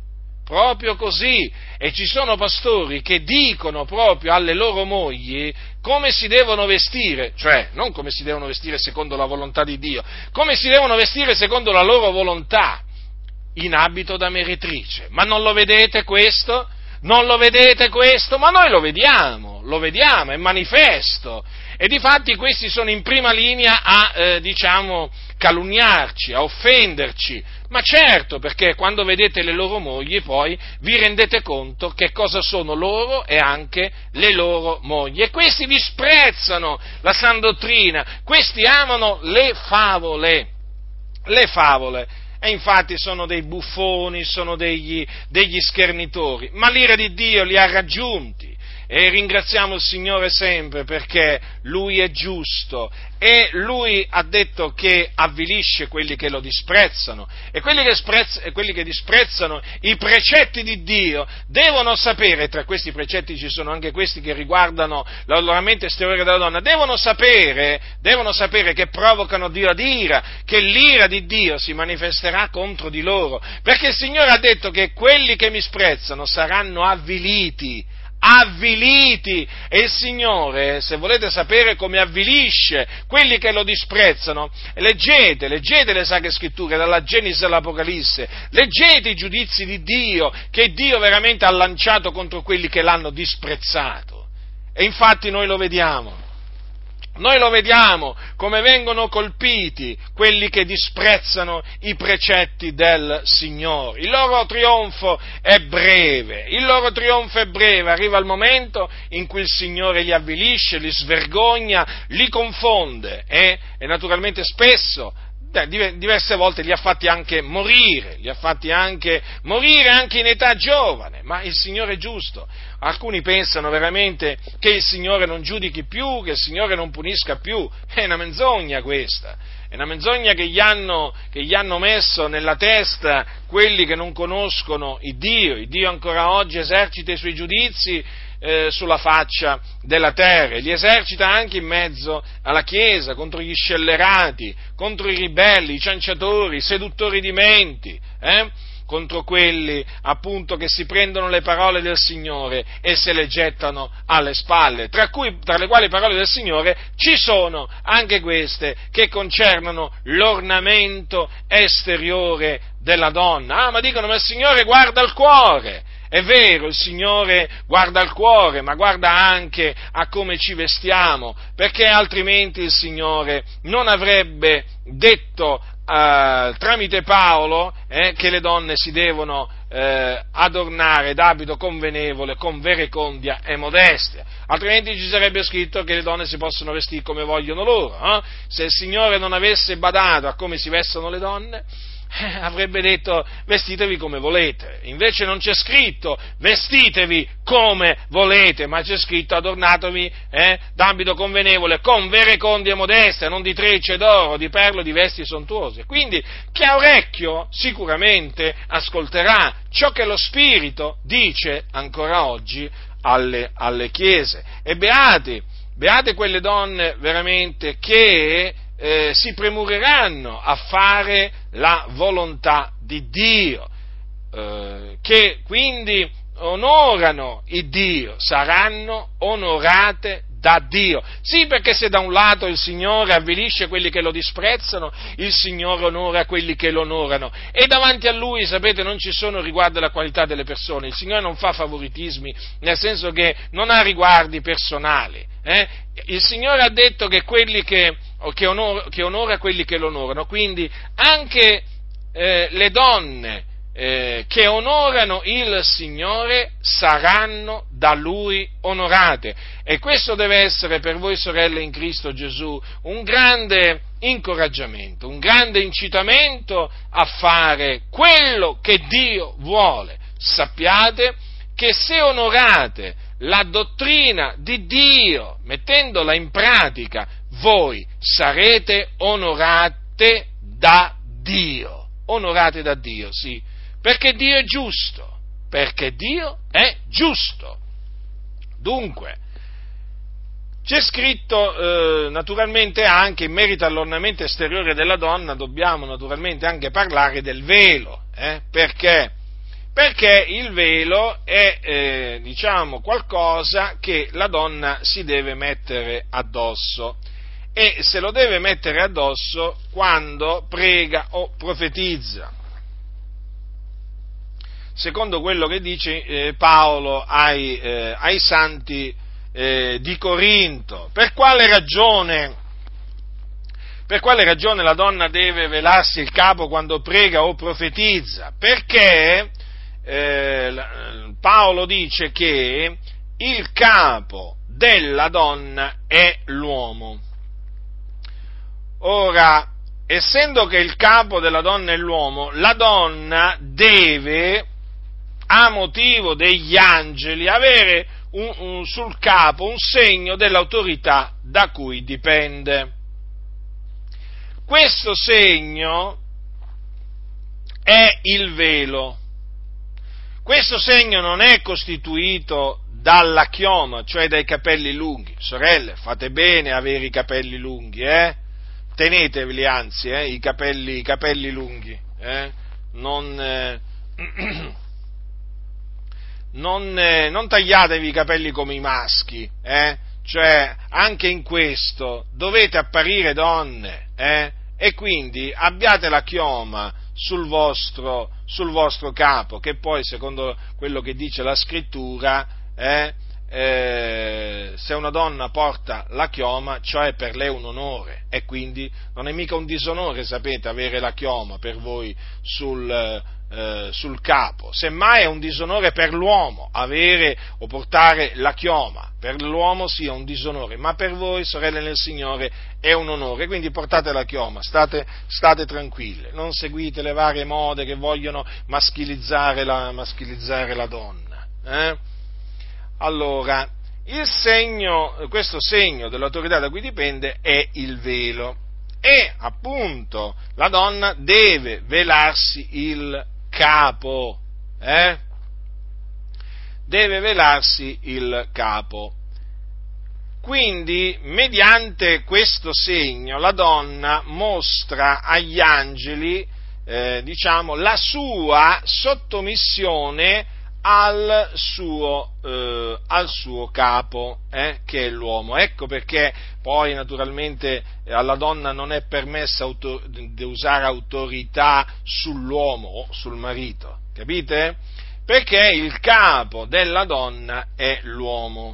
E ci sono pastori che dicono proprio alle loro mogli come si devono vestire, cioè non come si devono vestire secondo la volontà di Dio, come si devono vestire secondo la loro volontà, in abito da meretrice. Ma non lo vedete questo? Non lo vedete questo? Ma noi lo vediamo, è manifesto. E difatti questi sono in prima linea a, calunniarci, a offenderci. Ma certo, perché quando vedete le loro mogli poi vi rendete conto che cosa sono loro e anche le loro mogli. E questi disprezzano la san dottrina, questi amano le favole. E infatti sono dei buffoni, sono degli schernitori, ma l'ira di Dio li ha raggiunti e ringraziamo il Signore sempre perché Lui è giusto e Lui ha detto che avvilisce quelli che lo disprezzano e quelli che disprezzano i precetti di Dio devono sapere, tra questi precetti ci sono anche questi che riguardano la mente esteriore della donna, devono sapere che provocano Dio ad ira, che l'ira di Dio si manifesterà contro di loro, perché il Signore ha detto che quelli che mi sprezzano saranno avviliti, e il Signore, se volete sapere come avvilisce quelli che lo disprezzano, leggete le Sacre Scritture, dalla Genesi all'Apocalisse, leggete i giudizi di Dio, che Dio veramente ha lanciato contro quelli che l'hanno disprezzato, e infatti noi lo vediamo come vengono colpiti quelli che disprezzano i precetti del Signore. Il loro trionfo è breve, arriva il momento in cui il Signore li avvilisce, li svergogna, li confonde e naturalmente spesso diverse volte li ha fatti anche morire anche in età giovane, ma il Signore è giusto. Alcuni pensano veramente che il Signore non giudichi più, che il Signore non punisca più, è una menzogna questa, è una menzogna che gli hanno messo nella testa quelli che non conoscono il Dio ancora oggi esercita i suoi giudizi sulla faccia della terra, e li esercita anche in mezzo alla Chiesa, contro gli scellerati, contro i ribelli, i cianciatori, i seduttori di menti, contro quelli appunto che si prendono le parole del Signore e se le gettano alle spalle, tra le quali parole del Signore ci sono anche queste che concernono l'ornamento esteriore della donna. Ma dicono, ma il Signore guarda il cuore. È vero, il Signore guarda al cuore, ma guarda anche a come ci vestiamo, perché altrimenti il Signore non avrebbe detto tramite Paolo che le donne si devono adornare d'abito convenevole, con verecondia e modestia, altrimenti ci sarebbe scritto che le donne si possono vestire come vogliono loro. Se il Signore non avesse badato a come si vestono le donne, avrebbe detto vestitevi come volete, invece non c'è scritto vestitevi come volete, ma c'è scritto adornatevi d'abito convenevole, con verecondia e modestia, non di trecce d'oro, di perle, di vesti sontuose. Quindi chi ha orecchio sicuramente ascolterà ciò che lo Spirito dice ancora oggi alle chiese, e beate quelle donne veramente che si premureranno a fare la volontà di Dio, che quindi onorano il Dio, saranno onorate da Dio. Sì, perché se da un lato il Signore avvilisce quelli che lo disprezzano, il Signore onora quelli che lo onorano, e davanti a Lui, sapete, non ci sono riguardo alla qualità delle persone. Il Signore non fa favoritismi, nel senso che non ha riguardi personali. Il Signore ha detto che quelli che onora quelli che lo onorano, quindi anche le donne che onorano il Signore saranno da Lui onorate, e questo deve essere per voi sorelle in Cristo Gesù un grande incoraggiamento, un grande incitamento a fare quello che Dio vuole. Sappiate che se onorate la dottrina di Dio, mettendola in pratica, voi sarete onorate da Dio. Onorate da Dio, sì, perché Dio è giusto, perché Dio è giusto. Dunque, c'è scritto naturalmente anche in merito all'ornamento esteriore della donna, dobbiamo naturalmente anche parlare del velo, perché? Perché il velo è, qualcosa che la donna si deve mettere addosso, e se lo deve mettere addosso quando prega o profetizza, secondo quello che dice Paolo ai santi di Corinto. Per quale ragione la donna deve velarsi il capo quando prega o profetizza? Perché Paolo dice che il capo della donna è l'uomo. Ora, essendo che il capo della donna è l'uomo, la donna deve, a motivo degli angeli, avere sul capo un segno dell'autorità da cui dipende. Questo segno è il velo. Questo segno non è costituito dalla chioma, cioè dai capelli lunghi. Sorelle, fate bene a avere i capelli lunghi, teneteveli anzi, i capelli lunghi, non tagliatevi i capelli come i maschi, cioè anche in questo dovete apparire donne, e quindi abbiate la chioma sul vostro capo, che poi secondo quello che dice la scrittura se una donna porta la chioma, cioè per lei è un onore, e quindi non è mica un disonore, sapete, avere la chioma per voi sul capo, semmai è un disonore per l'uomo avere o portare la chioma, per l'uomo sì è un disonore, ma per voi, sorelle nel Signore, è un onore, quindi portate la chioma, state tranquille, non seguite le varie mode che vogliono maschilizzare la donna. Allora, questo segno dell'autorità da cui dipende è il velo, e appunto la donna deve velarsi il capo, deve velarsi il capo. Quindi, mediante questo segno, la donna mostra agli angeli, la sua sottomissione al suo capo, che è l'uomo. Ecco perché poi naturalmente alla donna non è permessa di usare autorità sull'uomo o sul marito, capite? Perché il capo della donna è l'uomo.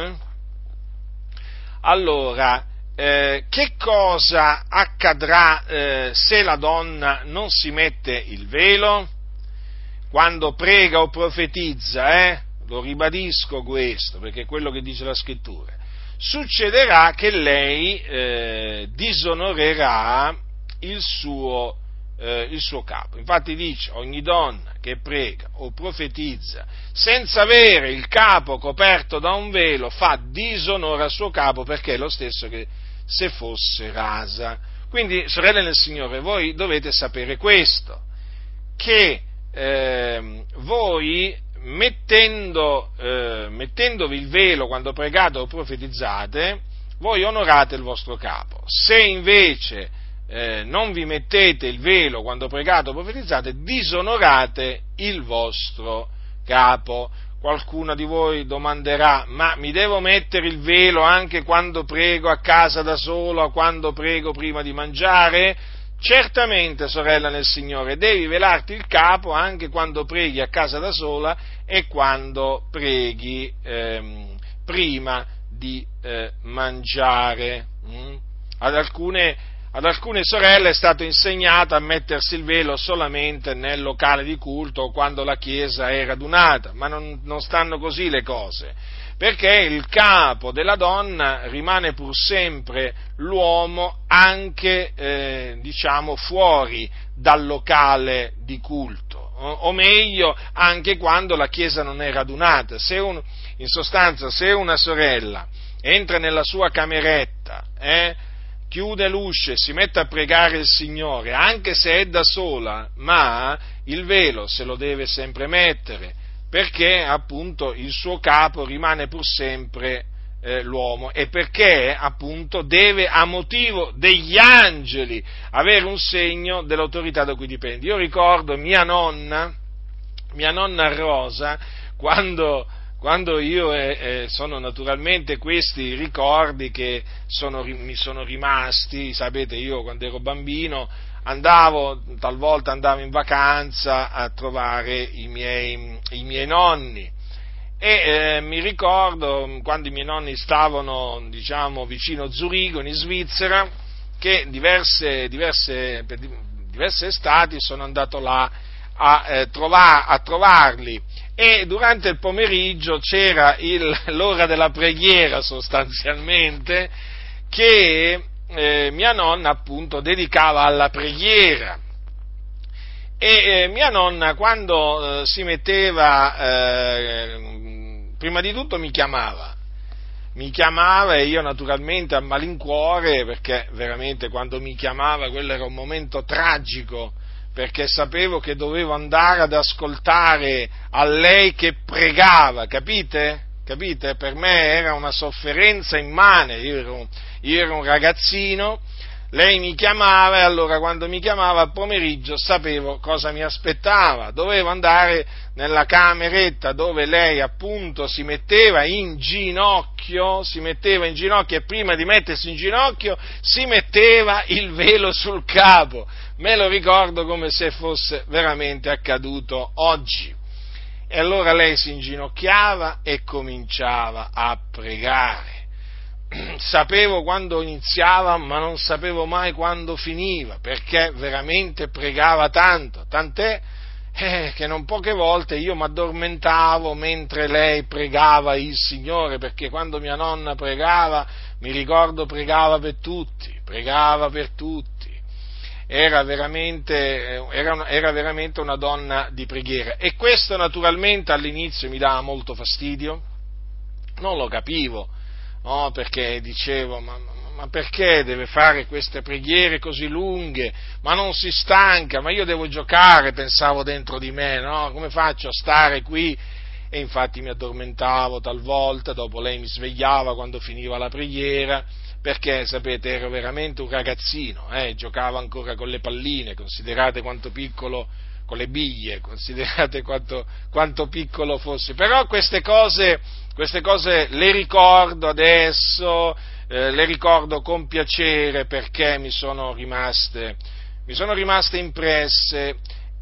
Allora, che cosa accadrà se la donna non si mette il velo? Quando prega o profetizza, lo ribadisco questo, perché è quello che dice la Scrittura, succederà che lei disonorerà il suo capo. Infatti dice, ogni donna che prega o profetizza senza avere il capo coperto da un velo fa disonore al suo capo, perché è lo stesso che se fosse rasa. Quindi, sorelle nel Signore, voi dovete sapere questo, che voi mettendovi il velo quando pregate o profetizzate, voi onorate il vostro capo. Se invece non vi mettete il velo quando pregate o profetizzate, disonorate il vostro capo. Qualcuno di voi domanderà: ma mi devo mettere il velo anche quando prego a casa da solo, o quando prego prima di mangiare? Certamente, sorella nel Signore, devi velarti il capo anche quando preghi a casa da sola e quando preghi prima di mangiare. Ad alcune sorelle è stato insegnato a mettersi il velo solamente nel locale di culto o quando la chiesa è radunata, ma non stanno così le cose, perché il capo della donna rimane pur sempre l'uomo, anche fuori dal locale di culto, o meglio anche quando la chiesa non è radunata. In sostanza, se una sorella entra nella sua cameretta, chiude l'uscio e si mette a pregare il Signore, anche se è da sola, ma il velo se lo deve sempre mettere, perché appunto il suo capo rimane pur sempre l'uomo, e perché appunto deve, a motivo degli angeli, avere un segno dell'autorità da cui dipende. Io ricordo mia nonna Rosa, quando io sono naturalmente questi ricordi che mi sono rimasti, sapete, io quando ero bambino talvolta andavo in vacanza a trovare i miei nonni, e mi ricordo quando i miei nonni stavano, vicino Zurigo, in Svizzera, che per diverse estati sono andato là a trovarli, e durante il pomeriggio c'era l'ora della preghiera, sostanzialmente, che mia nonna appunto dedicava alla preghiera. E mia nonna, quando si metteva, prima di tutto mi chiamava e io naturalmente a malincuore, perché veramente quando mi chiamava quello era un momento tragico, perché sapevo che dovevo andare ad ascoltare a lei che pregava, capite? Per me era una sofferenza immane, io ero un ragazzino, lei mi chiamava, e allora quando mi chiamava al pomeriggio sapevo cosa mi aspettava, dovevo andare nella cameretta dove lei appunto si metteva in ginocchio, e prima di mettersi in ginocchio si metteva il velo sul capo. Me lo ricordo come se fosse veramente accaduto oggi. E allora lei si inginocchiava e cominciava a pregare. Sapevo quando iniziava, ma non sapevo mai quando finiva, perché veramente pregava tanto, tant'è che non poche volte io mi addormentavo mentre lei pregava il Signore, perché quando mia nonna pregava, mi ricordo, pregava per tutti, era veramente una donna di preghiera, e questo naturalmente all'inizio mi dava molto fastidio, non lo capivo, no, perché dicevo, ma perché deve fare queste preghiere così lunghe? Ma non si stanca? Ma io devo giocare, pensavo dentro di me, no? Come faccio a stare qui? E infatti mi addormentavo talvolta, dopo lei mi svegliava quando finiva la preghiera, perché, sapete, ero veramente un ragazzino, giocavo ancora con le palline, considerate quanto piccolo, con le biglie, considerate quanto piccolo fosse. Però queste cose le ricordo adesso, le ricordo con piacere, perché mi sono rimaste impresse,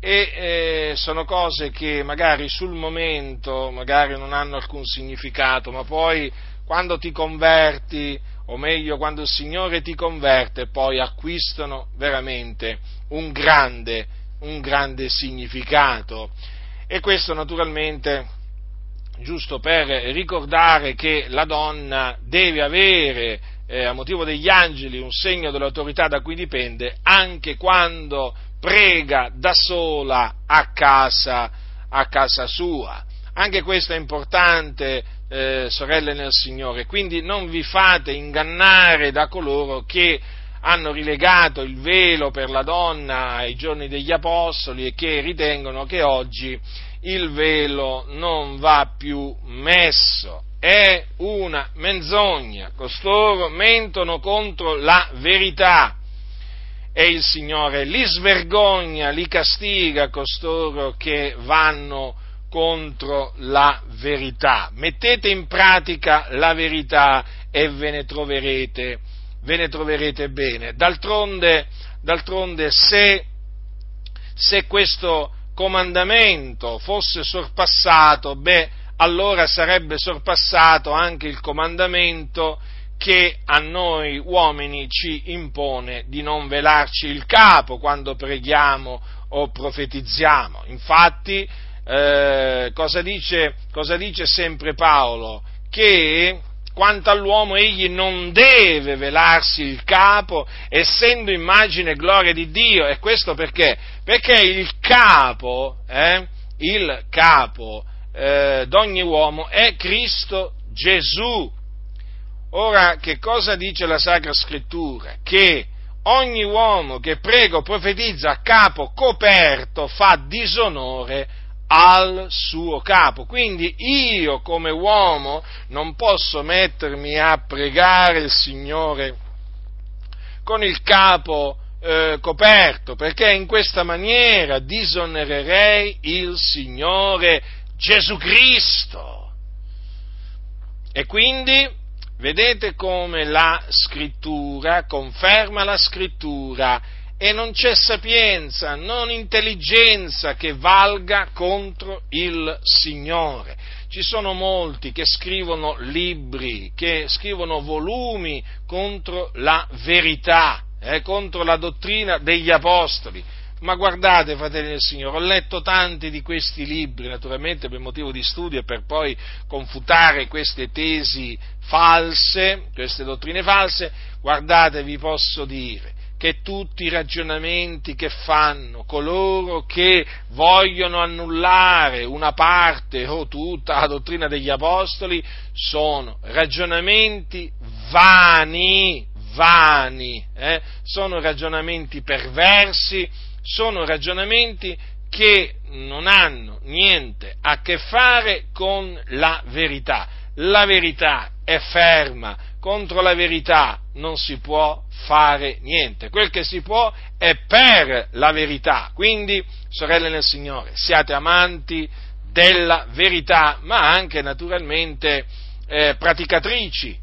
e sono cose che magari sul momento magari non hanno alcun significato, ma poi quando ti converti, o meglio quando il Signore ti converte, poi acquistano veramente un grande significato. E questo naturalmente giusto per ricordare che la donna deve avere, a motivo degli angeli, un segno dell'autorità da cui dipende, anche quando prega da sola a casa sua. Anche questo è importante, sorelle nel Signore, quindi non vi fate ingannare da coloro che hanno rilegato il velo per la donna ai giorni degli Apostoli e che ritengono che oggi il velo non va più messo. È una menzogna, costoro mentono contro la verità e il Signore li svergogna, li castiga costoro che vanno contro la verità. Mettete in pratica la verità e ve ne troverete bene. D'altronde se questo comandamento fosse sorpassato, allora sarebbe sorpassato anche il comandamento che a noi uomini ci impone di non velarci il capo quando preghiamo o profetizziamo. Infatti, cosa dice sempre Paolo? Che quanto all'uomo egli non deve velarsi il capo, essendo immagine e gloria di Dio. E questo perché? Perché il capo d'ogni uomo è Cristo Gesù. Ora, che cosa dice la Sacra Scrittura? Che ogni uomo che prega o profetizza a capo coperto fa disonore al suo capo. Quindi io come uomo non posso mettermi a pregare il Signore con il capo coperto, perché in questa maniera disonorerei il Signore Gesù Cristo. E quindi vedete come la Scrittura conferma la Scrittura, e non c'è sapienza, non intelligenza che valga contro il Signore. Ci sono molti che scrivono libri, che scrivono volumi contro la verità, contro la dottrina degli Apostoli. Ma guardate, fratelli del Signore, ho letto tanti di questi libri, naturalmente per motivo di studio e per poi confutare queste tesi false, queste dottrine false. Guardate, vi posso dire che tutti i ragionamenti che fanno coloro che vogliono annullare una parte o tutta la dottrina degli Apostoli sono ragionamenti vani, sono ragionamenti perversi, sono ragionamenti che non hanno niente a che fare con la verità. La verità è ferma, contro la verità non si può fare niente, quel che si può è per la verità. Quindi, sorelle nel Signore, siate amanti della verità, ma anche naturalmente praticatrici,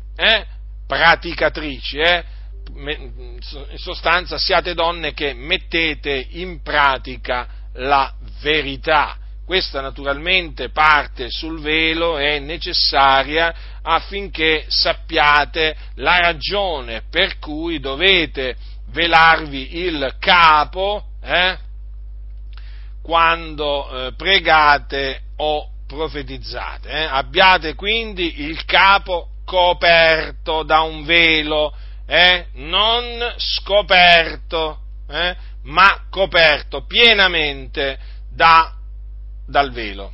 in sostanza siate donne che mettete in pratica la verità. questa naturalmente parte sul velo è necessaria affinché sappiate la ragione per cui dovete velarvi il capo quando pregate o profetizzate. Abbiate quindi il capo coperto da un velo, non scoperto, ma coperto pienamente dal velo.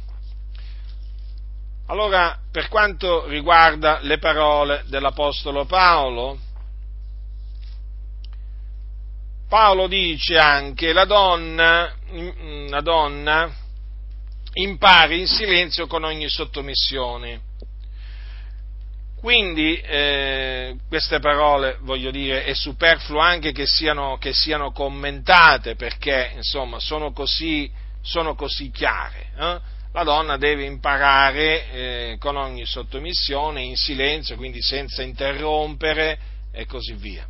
Allora, per quanto riguarda le parole dell'Apostolo Paolo dice anche la donna impari in silenzio con ogni sottomissione. Quindi queste parole, voglio dire, è superfluo anche che siano commentate, perché insomma sono così chiare. La donna deve imparare con ogni sottomissione, in silenzio, quindi senza interrompere e così via.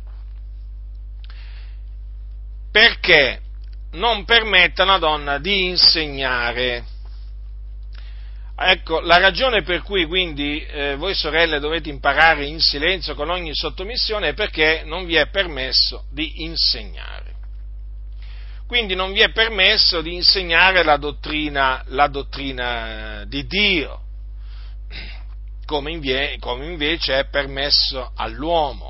Perché non permette a una donna di insegnare. Ecco, la ragione per cui quindi voi sorelle dovete imparare in silenzio con ogni sottomissione è perché non vi è permesso di insegnare. Quindi non vi è permesso di insegnare la dottrina di Dio, come invece è permesso all'uomo.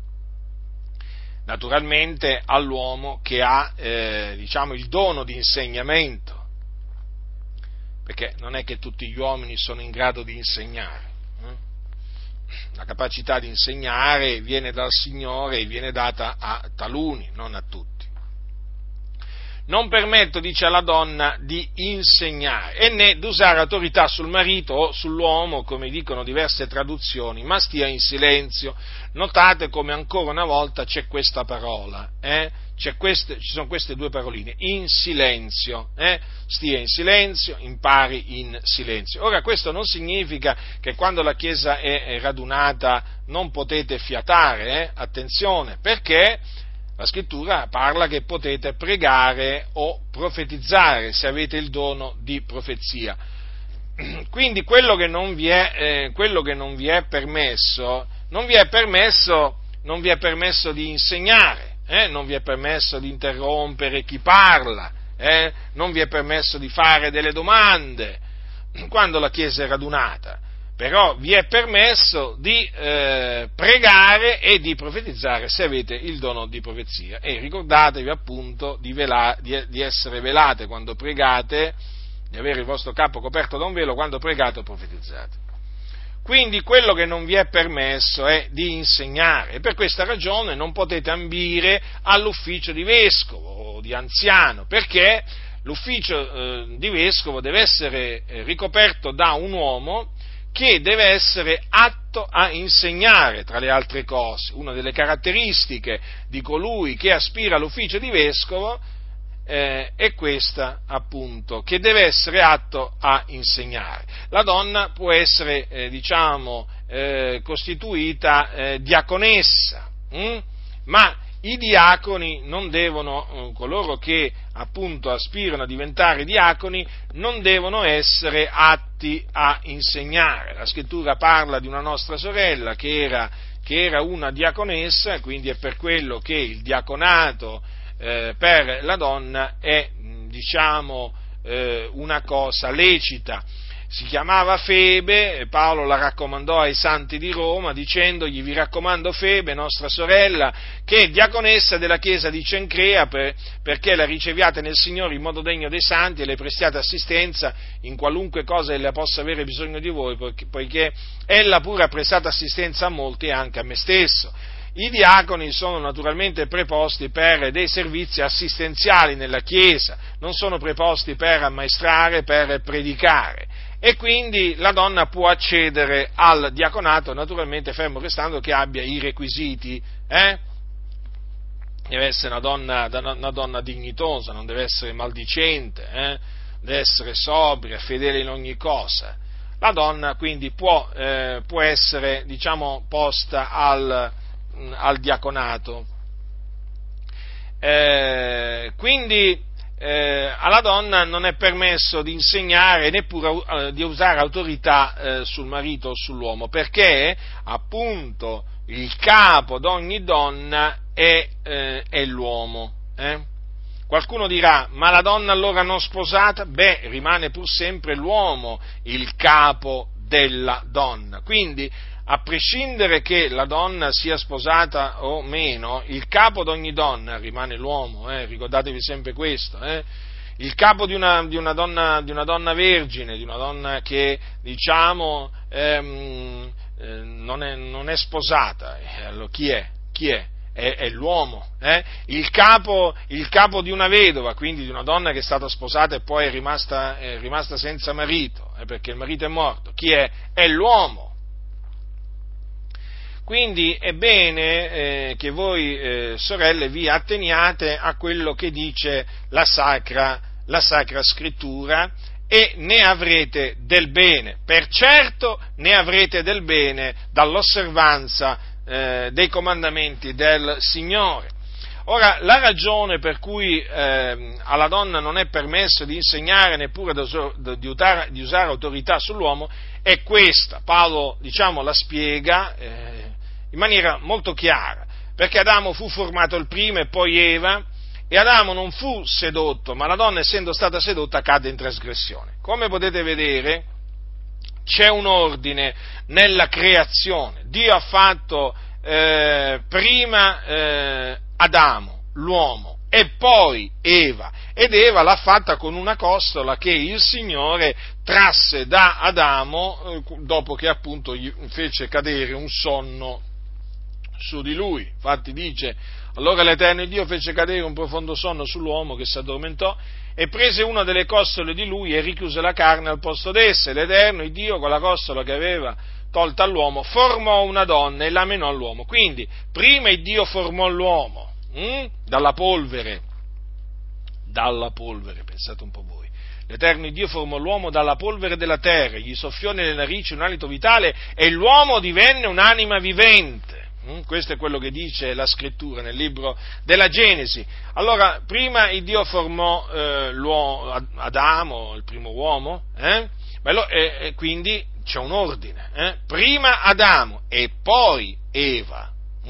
Naturalmente all'uomo che ha il dono di insegnamento, perché non è che tutti gli uomini sono in grado di insegnare. La capacità di insegnare viene dal Signore e viene data a taluni, non a tutti. Non permetto, dice alla donna, di insegnare e né di usare autorità sul marito o sull'uomo, come dicono diverse traduzioni, ma stia in silenzio. Notate come ancora una volta c'è questa parola, ci sono queste due paroline, in silenzio, stia in silenzio, impari in silenzio. Ora questo non significa che quando la Chiesa è radunata non potete fiatare, attenzione, perché la Scrittura parla che potete pregare o profetizzare se avete il dono di profezia. Quindi quello che non vi è permesso, non vi è permesso di insegnare, non vi è permesso di interrompere chi parla, non vi è permesso di fare delle domande quando la Chiesa è radunata. Però vi è permesso di pregare e di profetizzare se avete il dono di profezia. E ricordatevi appunto di essere velate quando pregate, di avere il vostro capo coperto da un velo quando pregate o profetizzate. Quindi quello che non vi è permesso è di insegnare, e per questa ragione non potete ambire all'ufficio di vescovo o di anziano, perché l'ufficio di vescovo deve essere ricoperto da un uomo che deve essere atto a insegnare, tra le altre cose. Una delle caratteristiche di colui che aspira all'ufficio di vescovo è questa, appunto, che deve essere atto a insegnare. La donna può essere, costituita diaconessa, ma i diaconi non devono, coloro che appunto aspirano a diventare diaconi, non devono essere atti a insegnare. La Scrittura parla di una nostra sorella che era una diaconessa, quindi è per quello che il diaconato per la donna è, una cosa lecita. Si chiamava Febe, Paolo la raccomandò ai santi di Roma dicendogli: vi raccomando Febe, nostra sorella, che è diaconessa della chiesa di Cencrea, perché la riceviate nel Signore in modo degno dei santi e le prestiate assistenza in qualunque cosa ella possa avere bisogno di voi, poiché ella pure ha prestato assistenza a molti e anche a me stesso. I diaconi sono naturalmente preposti per dei servizi assistenziali nella Chiesa, non sono preposti per ammaestrare, per predicare, e quindi la donna può accedere al diaconato, naturalmente fermo restando che abbia i requisiti, Deve essere una donna dignitosa, non deve essere maldicente, deve essere sobria, fedele in ogni cosa. La donna quindi può essere, posta al diaconato. Quindi alla donna non è permesso di insegnare neppure di usare autorità sul marito o sull'uomo, perché appunto il capo di ogni donna è l'uomo. Qualcuno dirà, ma la donna allora non sposata? Beh, rimane pur sempre l'uomo il capo della donna, quindi a prescindere che la donna sia sposata o meno, il capo di ogni donna rimane l'uomo, ricordatevi sempre questo. Il capo di una donna vergine, di una donna che diciamo non è sposata, allora chi è? È l'uomo. Il capo di una vedova, quindi di una donna che è stata sposata e poi è rimasta senza marito, perché il marito è morto, chi è? È l'uomo. Quindi è bene che voi, sorelle, vi atteniate a quello che dice la Sacra Scrittura e ne avrete del bene. Per certo ne avrete del bene dall'osservanza dei comandamenti del Signore. Ora, la ragione per cui alla donna non è permesso di insegnare neppure di usare autorità sull'uomo è questa. Paolo, la spiega in maniera molto chiara, perché Adamo fu formato il primo e poi Eva, e Adamo non fu sedotto, ma la donna, essendo stata sedotta, cadde in trasgressione. Come potete vedere, c'è un ordine nella creazione. Dio ha fatto prima Adamo, l'uomo, e poi Eva, ed Eva l'ha fatta con una costola che il Signore trasse da Adamo dopo che appunto gli fece cadere un sonno su di lui. Infatti dice: allora l'Eterno Dio fece cadere un profondo sonno sull'uomo, che si addormentò, e prese una delle costole di lui e richiuse la carne al posto d'esse. L'Eterno Dio, con la costola che aveva tolta all'uomo, formò una donna e la menò all'uomo. Quindi prima il Dio formò l'uomo dalla polvere, pensate un po' voi. L'Eterno Dio formò l'uomo dalla polvere della terra, gli soffiò nelle narici un alito vitale e l'uomo divenne un'anima vivente. Questo è quello che dice la Scrittura nel libro della Genesi. Allora, prima il Dio formò Adamo, il primo uomo, e quindi c'è un ordine. Prima Adamo e poi Eva.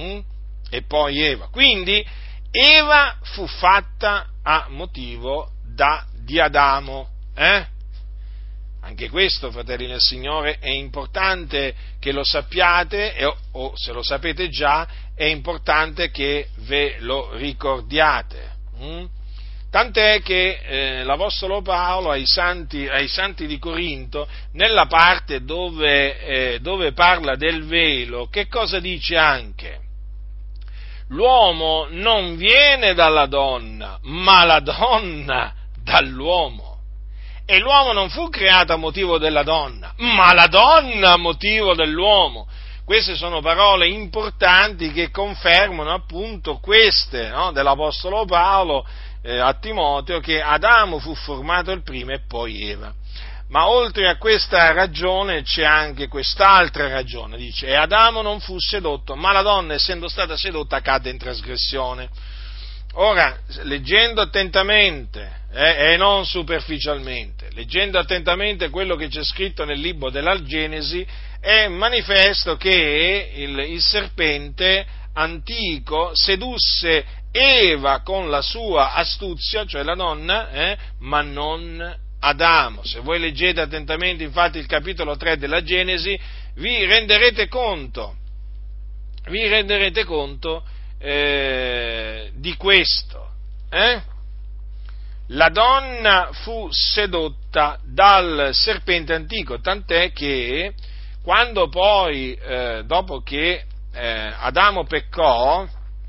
Quindi Eva fu fatta a motivo di Adamo. Anche questo, fratelli nel Signore, è importante che lo sappiate, o se lo sapete già, è importante che ve lo ricordiate. Tant'è che l'Apostolo Paolo ai santi di Corinto, nella parte dove parla del velo, che cosa dice anche? L'uomo non viene dalla donna, ma la donna dall'uomo. E l'uomo non fu creato a motivo della donna, ma la donna a motivo dell'uomo. Queste sono parole importanti che confermano appunto queste, dell'Apostolo Paolo a Timoteo, che Adamo fu formato il primo e poi Eva. Ma oltre a questa ragione c'è anche quest'altra ragione, dice: e Adamo non fu sedotto, ma la donna, essendo stata sedotta, cadde in trasgressione. Ora, leggendo attentamente, e non superficialmente, leggendo attentamente quello che c'è scritto nel libro della Genesi, è manifesto che il serpente antico sedusse Eva con la sua astuzia, cioè la donna, ma non Adamo. Se voi leggete attentamente, infatti, il capitolo 3 della Genesi, vi renderete conto di questo. La donna fu sedotta dal serpente antico, tant'è che quando poi, dopo che Adamo peccò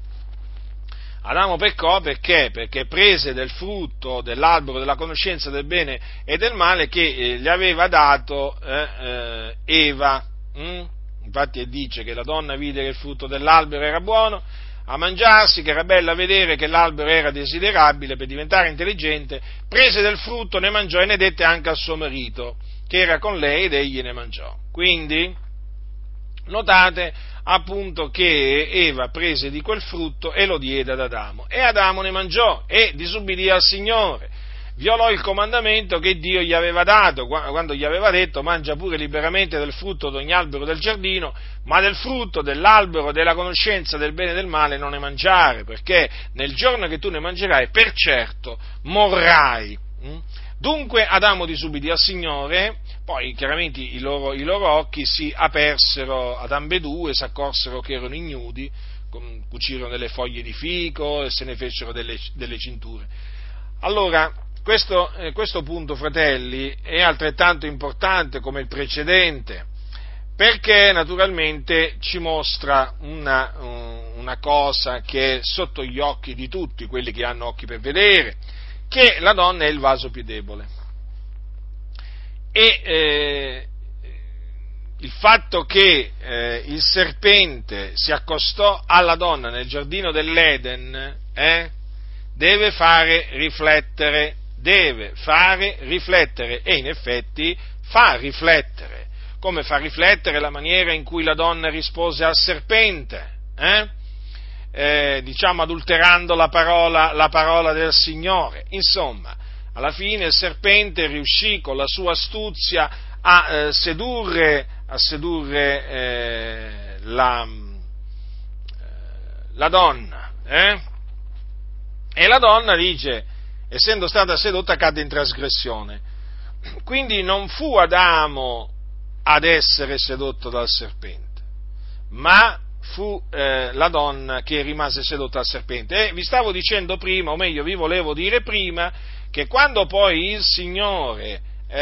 perché? Perché prese del frutto dell'albero della conoscenza del bene e del male che gli aveva dato Eva. Infatti dice che la donna vide che il frutto dell'albero era buono a mangiarsi, che era bello a vedere, che l'albero era desiderabile per diventare intelligente, prese del frutto, ne mangiò e ne dette anche al suo marito, che era con lei, ed egli ne mangiò. Quindi, notate, appunto che Eva prese di quel frutto e lo diede ad Adamo, e Adamo ne mangiò e disubbidì al Signore, violò il comandamento che Dio gli aveva dato, quando gli aveva detto: mangia pure liberamente del frutto di ogni albero del giardino, ma del frutto dell'albero della conoscenza del bene e del male non ne mangiare, perché nel giorno che tu ne mangerai per certo morrai. Dunque Adamo disubbidì al Signore, poi chiaramente i loro occhi si apersero ad ambedue, si accorsero che erano ignudi, cucirono delle foglie di fico e se ne fecero delle cinture. Allora, questo punto, fratelli, è altrettanto importante come il precedente, perché naturalmente ci mostra una cosa che è sotto gli occhi di tutti, quelli che hanno occhi per vedere, che la donna è il vaso più debole. E il fatto che il serpente si accostò alla donna nel giardino dell'Eden deve fare riflettere, e in effetti fa riflettere, come fa riflettere la maniera in cui la donna rispose al serpente, adulterando la parola del Signore. Insomma, alla fine il serpente riuscì con la sua astuzia a sedurre la donna, e la donna, dice, essendo stata sedotta, cadde in trasgressione. Quindi non fu Adamo ad essere sedotto dal serpente, ma fu la donna che rimase sedotta dal serpente. E vi stavo dicendo prima, o meglio vi volevo dire prima, che quando poi il Signore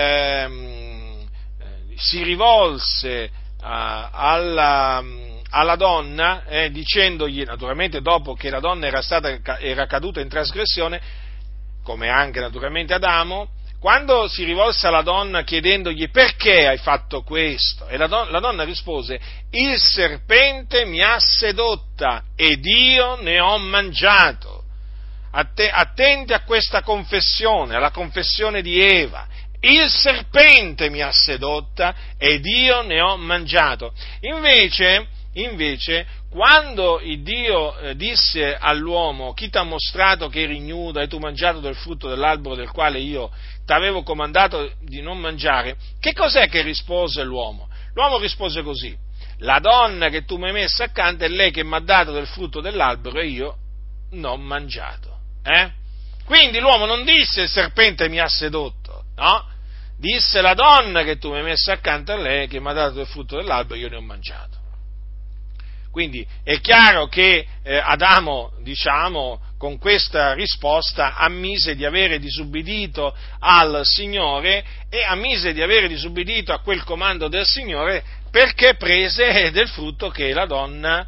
si rivolse alla donna, dicendogli, naturalmente dopo che la donna era caduta in trasgressione, come anche naturalmente Adamo, quando si rivolse alla donna chiedendogli: perché hai fatto questo? E la donna rispose: il serpente mi ha sedotta ed io ne ho mangiato. Attenti a questa confessione, alla confessione di Eva: il serpente mi ha sedotta ed io ne ho mangiato. Invece, quando il Dio disse all'uomo: chi ti ha mostrato che eri ignudo, hai tu mangiato del frutto dell'albero del quale io ti avevo comandato di non mangiare, che cos'è che rispose l'uomo? L'uomo rispose così: la donna che tu mi hai messo accanto è lei che mi ha dato del frutto dell'albero e io non ho mangiato. Quindi l'uomo non disse: il serpente mi ha sedotto, no? Disse: la donna che tu mi hai messo accanto a lei che mi ha dato del frutto dell'albero e io ne ho mangiato. Quindi è chiaro che Adamo, con questa risposta ammise di avere disubbidito al Signore e ammise di avere disubbidito a quel comando del Signore, perché prese del frutto che la donna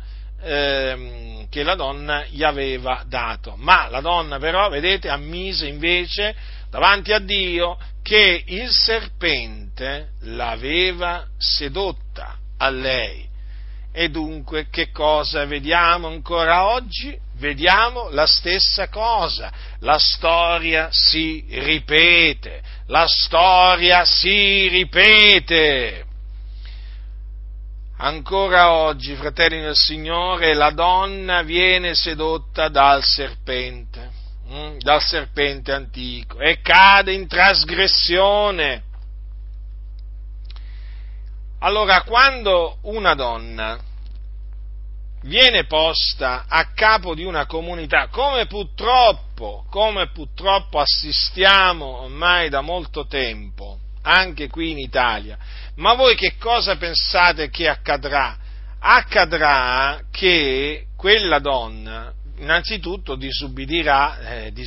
gli aveva dato. Ma la donna però, vedete, ammise invece davanti a Dio che il serpente l'aveva sedotta a lei. E dunque che cosa vediamo ancora oggi? Vediamo la stessa cosa. La storia si ripete. Ancora oggi, fratelli del Signore, la donna viene sedotta dal serpente antico, e cade in trasgressione. Allora, quando una donna viene posta a capo di una comunità, come purtroppo assistiamo ormai da molto tempo, anche qui in Italia, ma voi che cosa pensate che accadrà? Accadrà che quella donna innanzitutto disubbidirà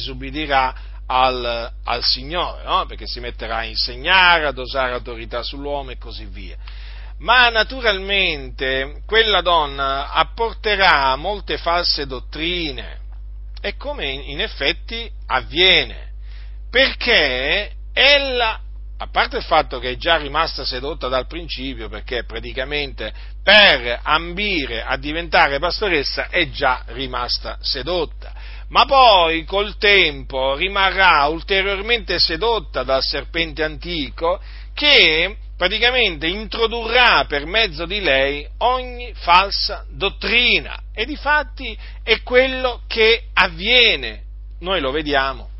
al Signore, no? Perché si metterà a insegnare, ad usare autorità sull'uomo e così via. Ma naturalmente quella donna apporterà molte false dottrine, e come in effetti avviene, perché ella, a parte il fatto che è già rimasta sedotta dal principio, perché praticamente per ambire a diventare pastoressa è già rimasta sedotta, ma poi col tempo rimarrà ulteriormente sedotta dal serpente antico, che praticamente introdurrà per mezzo di lei ogni falsa dottrina, e difatti è quello che avviene. Noi lo vediamo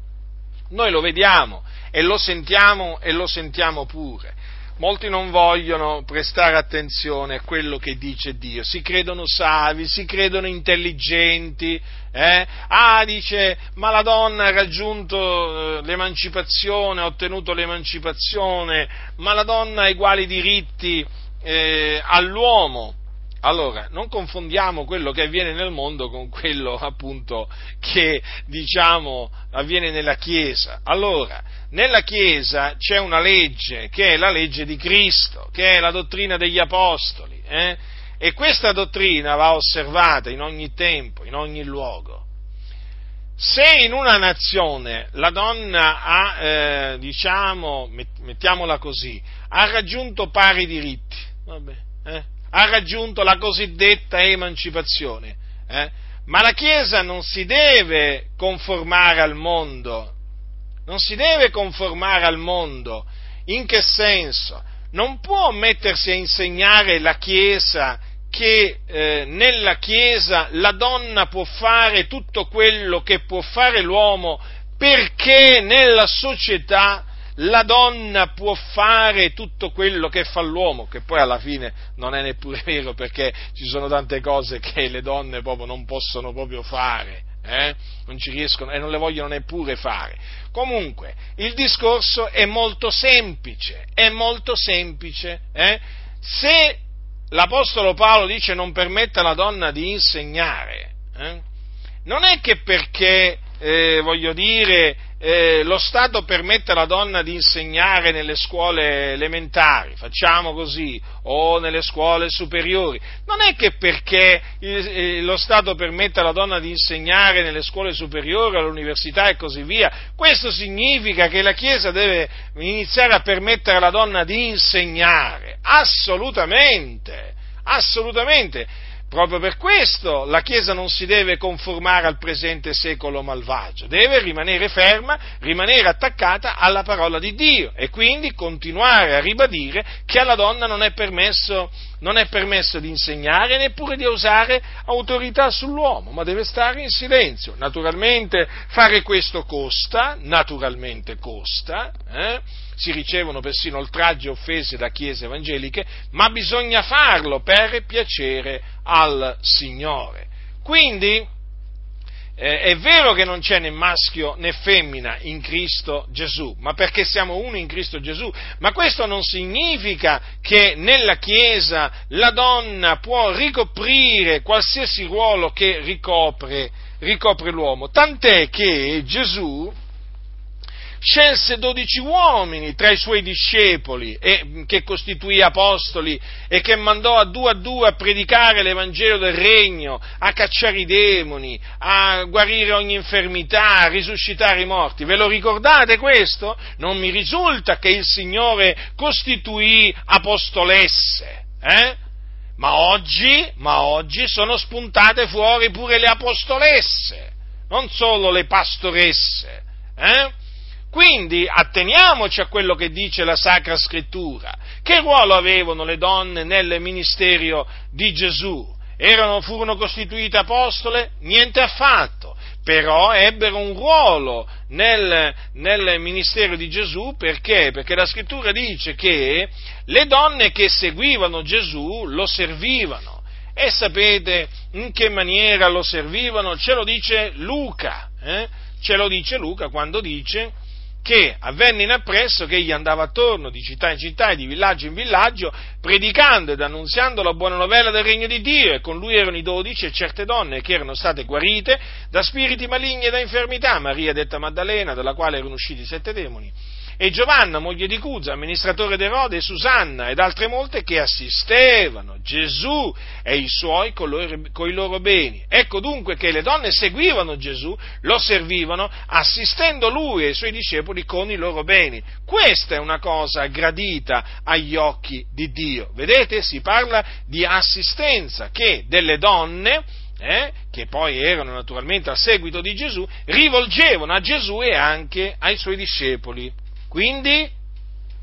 e lo sentiamo pure. Molti non vogliono prestare attenzione a quello che dice Dio, si credono savi, si credono intelligenti, dice, ma la donna ha raggiunto l'emancipazione, ha ottenuto l'emancipazione, ma la donna ha uguali diritti all'uomo. Allora, non confondiamo quello che avviene nel mondo con quello, appunto, che, avviene nella Chiesa. Allora, nella Chiesa c'è una legge, che è la legge di Cristo, che è la dottrina degli Apostoli, e questa dottrina va osservata in ogni tempo, in ogni luogo. Se in una nazione la donna ha, mettiamola così, ha raggiunto pari diritti, ha raggiunto la cosiddetta emancipazione, ma la Chiesa non si deve conformare al mondo. In che senso? Non può mettersi a insegnare la Chiesa che nella Chiesa la donna può fare tutto quello che può fare l'uomo, perché nella società la donna può fare tutto quello che fa l'uomo, che poi alla fine non è neppure vero, perché ci sono tante cose che le donne proprio non possono proprio fare, non ci riescono e non le vogliono neppure fare. Comunque, il discorso è molto semplice, se l'Apostolo Paolo dice non permette alla donna di insegnare, non è che perché, lo Stato permette alla donna di insegnare nelle scuole elementari, facciamo così, o nelle scuole superiori, non è che perché lo Stato permette alla donna di insegnare nelle scuole superiori, all'università e così via, questo significa che la Chiesa deve iniziare a permettere alla donna di insegnare, assolutamente. Proprio per questo la Chiesa non si deve conformare al presente secolo malvagio, deve rimanere ferma, rimanere attaccata alla parola di Dio e quindi continuare a ribadire che alla donna non è permesso di insegnare, neppure di usare autorità sull'uomo, ma deve stare in silenzio. Naturalmente fare questo costa, si ricevono persino oltraggi e offese da chiese evangeliche, ma bisogna farlo per piacere al Signore. Quindi è vero che non c'è né maschio né femmina in Cristo Gesù, ma perché siamo uno in Cristo Gesù, ma questo non significa che nella Chiesa la donna può ricoprire qualsiasi ruolo che ricopre l'uomo, tant'è che Gesù scelse 12 uomini tra i suoi discepoli, che costituì apostoli e che mandò a due a predicare l'Evangelo del Regno, a cacciare i demoni, a guarire ogni infermità, a risuscitare i morti. Ve lo ricordate questo? Non mi risulta che il Signore costituì apostolesse, Ma oggi sono spuntate fuori pure le apostolesse, non solo le pastoresse, Quindi atteniamoci a quello che dice la Sacra Scrittura. Che ruolo avevano le donne nel ministero di Gesù? Furono costituite apostole? Niente affatto, però ebbero un ruolo nel ministero di Gesù, perché? Perché la Scrittura dice che le donne che seguivano Gesù lo servivano. E sapete in che maniera lo servivano? Ce lo dice Luca quando dice che avvenne in appresso che egli andava attorno di città in città e di villaggio in villaggio, predicando ed annunziando la buona novella del regno di Dio, e con lui erano i 12 e certe donne che erano state guarite da spiriti maligni e da infermità, Maria detta Maddalena, dalla quale erano usciti 7 demoni, e Giovanna, moglie di Cuza, amministratore d'Erode, e Susanna, ed altre molte che assistevano Gesù e i suoi coi loro beni. Ecco dunque che le donne seguivano Gesù, lo servivano, assistendo lui e i suoi discepoli con i loro beni. Questa è una cosa gradita agli occhi di Dio. Vedete? Si parla di assistenza che delle donne, che poi erano naturalmente al seguito di Gesù, rivolgevano a Gesù e anche ai suoi discepoli. Quindi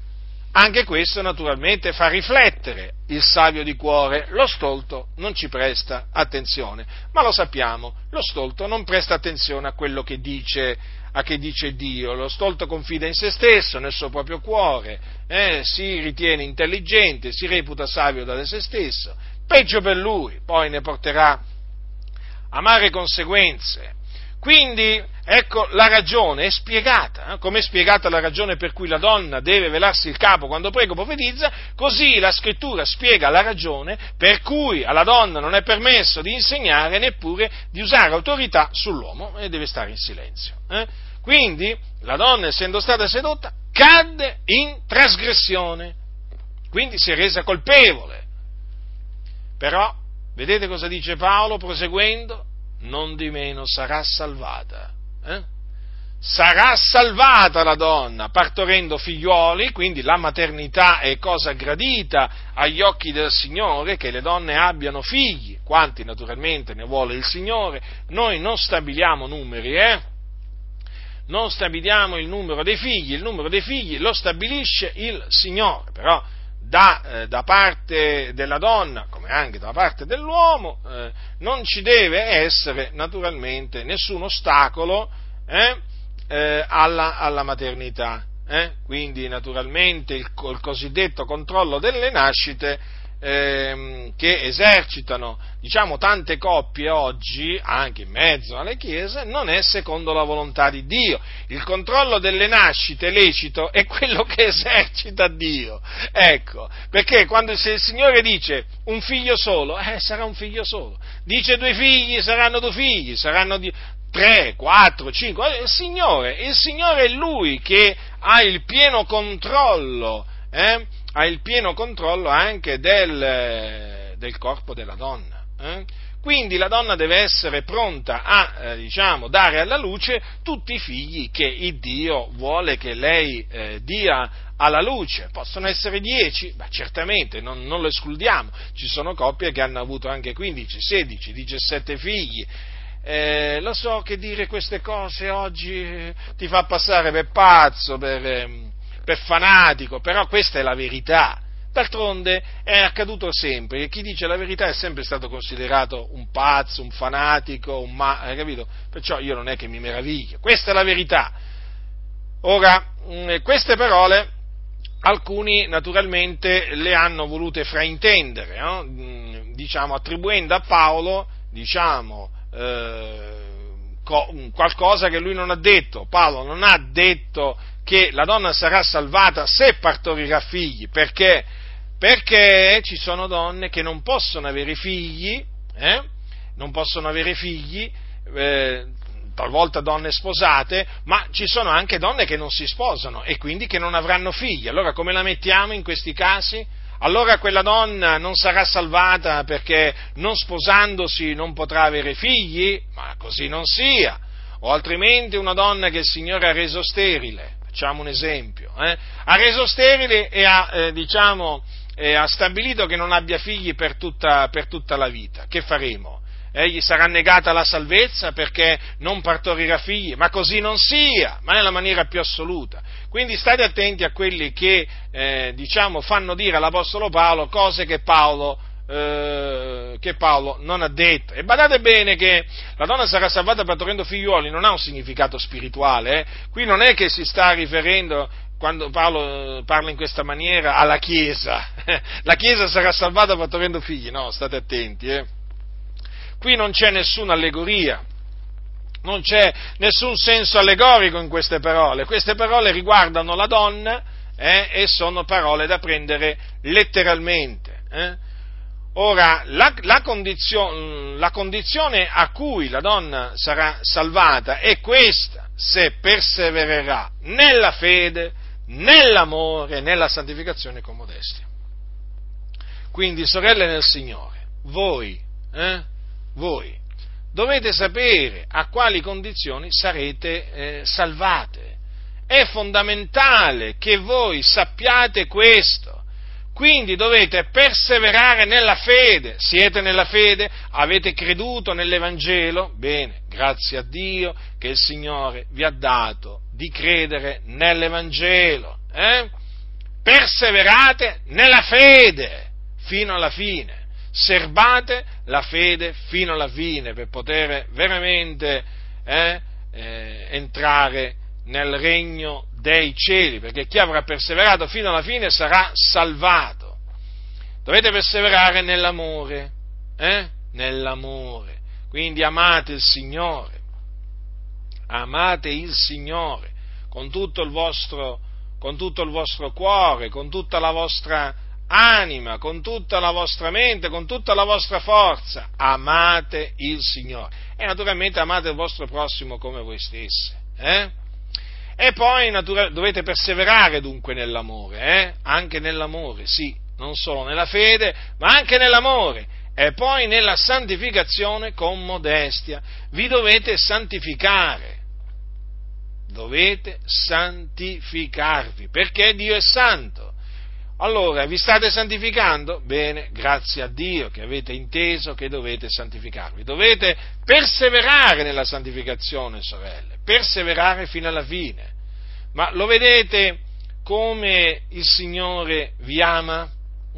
Anche questo naturalmente fa riflettere il savio di cuore. Lo stolto non ci presta attenzione, ma lo sappiamo, lo stolto non presta attenzione a quello che dice Dio. Lo stolto confida in se stesso, nel suo proprio cuore, si ritiene intelligente, si reputa savio da se stesso. Peggio per lui, poi ne porterà amare conseguenze. Quindi, ecco, la ragione è spiegata, come è spiegata la ragione per cui la donna deve velarsi il capo quando prega o profetizza, così la Scrittura spiega la ragione per cui alla donna non è permesso di insegnare neppure di usare autorità sull'uomo e deve stare in silenzio. Quindi, la donna, essendo stata sedotta, cadde in trasgressione, quindi si è resa colpevole. Però, vedete cosa dice Paolo proseguendo? Non di meno sarà salvata. Sarà salvata la donna, partorendo figliuoli, quindi la maternità è cosa gradita agli occhi del Signore, che le donne abbiano figli, quanti naturalmente ne vuole il Signore. Noi non stabiliamo numeri, non stabiliamo il numero dei figli lo stabilisce il Signore, però da parte della donna, come anche da parte dell'uomo, non ci deve essere naturalmente nessun ostacolo alla maternità. Quindi naturalmente il cosiddetto controllo delle nascite che esercitano, tante coppie oggi, anche in mezzo alle chiese, non è secondo la volontà di Dio. Il controllo delle nascite lecito è quello che esercita Dio. Ecco, perché se il Signore dice un figlio solo, sarà un figlio solo. Dice 2 figli, saranno 2 figli, saranno 3, 4, 5. Il Signore è Lui che ha il pieno controllo, ha il pieno controllo anche del corpo della donna. Quindi la donna deve essere pronta a dare alla luce tutti i figli che il Dio vuole che lei dia alla luce. Possono essere 10? Certamente, non lo escludiamo. Ci sono coppie che hanno avuto anche 15, 16, 17 figli. Lo so che dire queste cose oggi ti fa passare per pazzo, per fanatico, però questa è la verità. D'altronde è accaduto sempre, e chi dice la verità è sempre stato considerato un pazzo, un fanatico, hai capito? Perciò io non è che mi meraviglio, questa è la verità. Ora, queste parole alcuni naturalmente le hanno volute fraintendere, attribuendo a Paolo, qualcosa che lui non ha detto. Paolo non ha detto che la donna sarà salvata se partorirà figli, perché ci sono donne che non possono avere figli, talvolta donne sposate, ma ci sono anche donne che non si sposano e quindi che non avranno figli. Allora come la mettiamo in questi casi? Allora quella donna non sarà salvata perché non sposandosi non potrà avere figli? Ma così non sia. O altrimenti una donna che il Signore ha reso sterile, facciamo un esempio, ha reso sterile e ha stabilito che non abbia figli per tutta la vita. Che faremo? Gli sarà negata la salvezza perché non partorirà figli? Ma così non sia, ma nella maniera più assoluta. Quindi state attenti a quelli che fanno dire all'Apostolo Paolo cose che Paolo non ha detto. E badate bene che la donna sarà salvata partorendo figliuoli non ha un significato spirituale. Qui non è che si sta riferendo, quando Paolo parla in questa maniera, alla Chiesa. La Chiesa sarà salvata partorendo figli. No, state attenti. Qui non c'è nessuna allegoria, non c'è nessun senso allegorico in queste parole riguardano la donna e sono parole da prendere letteralmente. Ora, la condizione a cui la donna sarà salvata è questa: se persevererà nella fede, nell'amore, nella santificazione con modestia. Quindi, sorelle nel Signore, voi dovete sapere a quali condizioni sarete salvate. È fondamentale che voi sappiate questo. Quindi dovete perseverare nella fede. Siete nella fede? Avete creduto nell'Evangelo? Bene, grazie a Dio che il Signore vi ha dato di credere nell'Evangelo. perseverate nella fede fino alla fine, serbate la fede fino alla fine per poter veramente entrare nel regno dei cieli, perché chi avrà perseverato fino alla fine sarà salvato. Dovete perseverare nell'amore, nell'amore, quindi amate il Signore con tutto il vostro cuore, con tutta la vostra anima, con tutta la vostra mente, con tutta la vostra forza, amate il Signore e naturalmente amate il vostro prossimo come voi stessi, E poi dovete perseverare dunque nell'amore, anche nell'amore, sì, non solo nella fede, ma anche nell'amore, e poi nella santificazione con modestia. Vi dovete santificarvi, perché Dio è santo. Allora, vi state santificando? Bene, grazie a Dio che avete inteso che dovete santificarvi. Dovete perseverare nella santificazione, sorelle, perseverare fino alla fine. Ma lo vedete come il Signore vi ama?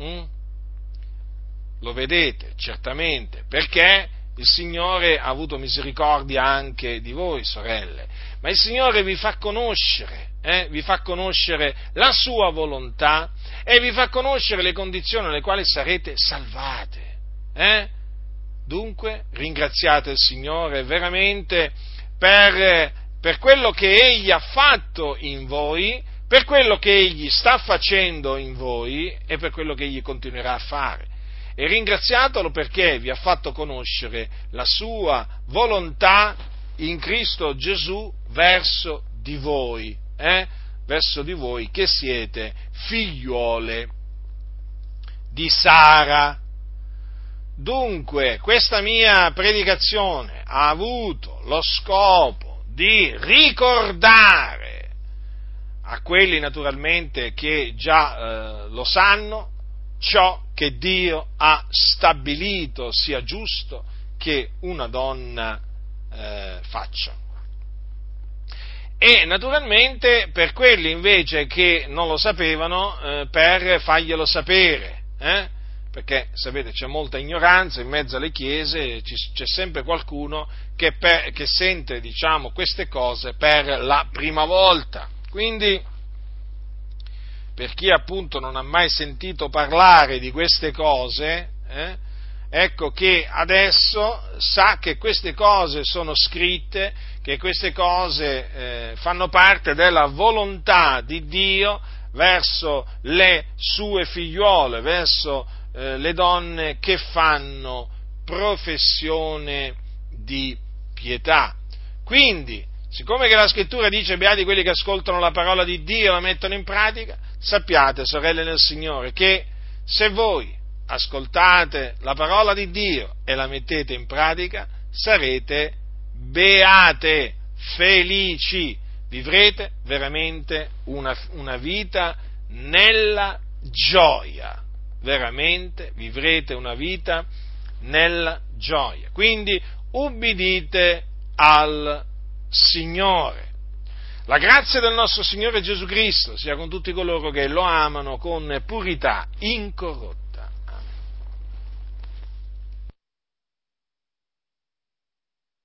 Lo vedete, certamente, perché il Signore ha avuto misericordia anche di voi, sorelle, ma il Signore vi fa conoscere la sua volontà e vi fa conoscere le condizioni nelle quali sarete salvate. Dunque, ringraziate il Signore veramente per quello che Egli ha fatto in voi, per quello che Egli sta facendo in voi e per quello che Egli continuerà a fare. E ringraziatelo perché vi ha fatto conoscere la sua volontà in Cristo Gesù verso di voi che siete figliuole di Sara. Dunque, questa mia predicazione ha avuto lo scopo di ricordare a quelli naturalmente che già lo sanno ciò che Dio ha stabilito sia giusto che una donna faccia. E naturalmente per quelli invece che non lo sapevano, per farglielo sapere, perché sapete c'è molta ignoranza in mezzo alle chiese, c'è sempre qualcuno che sente, diciamo, queste cose per la prima volta. Quindi per chi appunto non ha mai sentito parlare di queste cose, ecco che adesso sa che queste cose sono scritte, che queste cose fanno parte della volontà di Dio verso le sue figliuole, verso le donne che fanno professione di pietà. Quindi, siccome che la Scrittura dice beati quelli che ascoltano la parola di Dio e la mettono in pratica, sappiate, sorelle nel Signore, che se voi ascoltate la parola di Dio e la mettete in pratica, sarete beate, felici, vivrete veramente una vita nella gioia, veramente vivrete una vita nella gioia. Quindi ubbidite al Signore. La grazia del nostro Signore Gesù Cristo sia con tutti coloro che lo amano con purità incorrotta.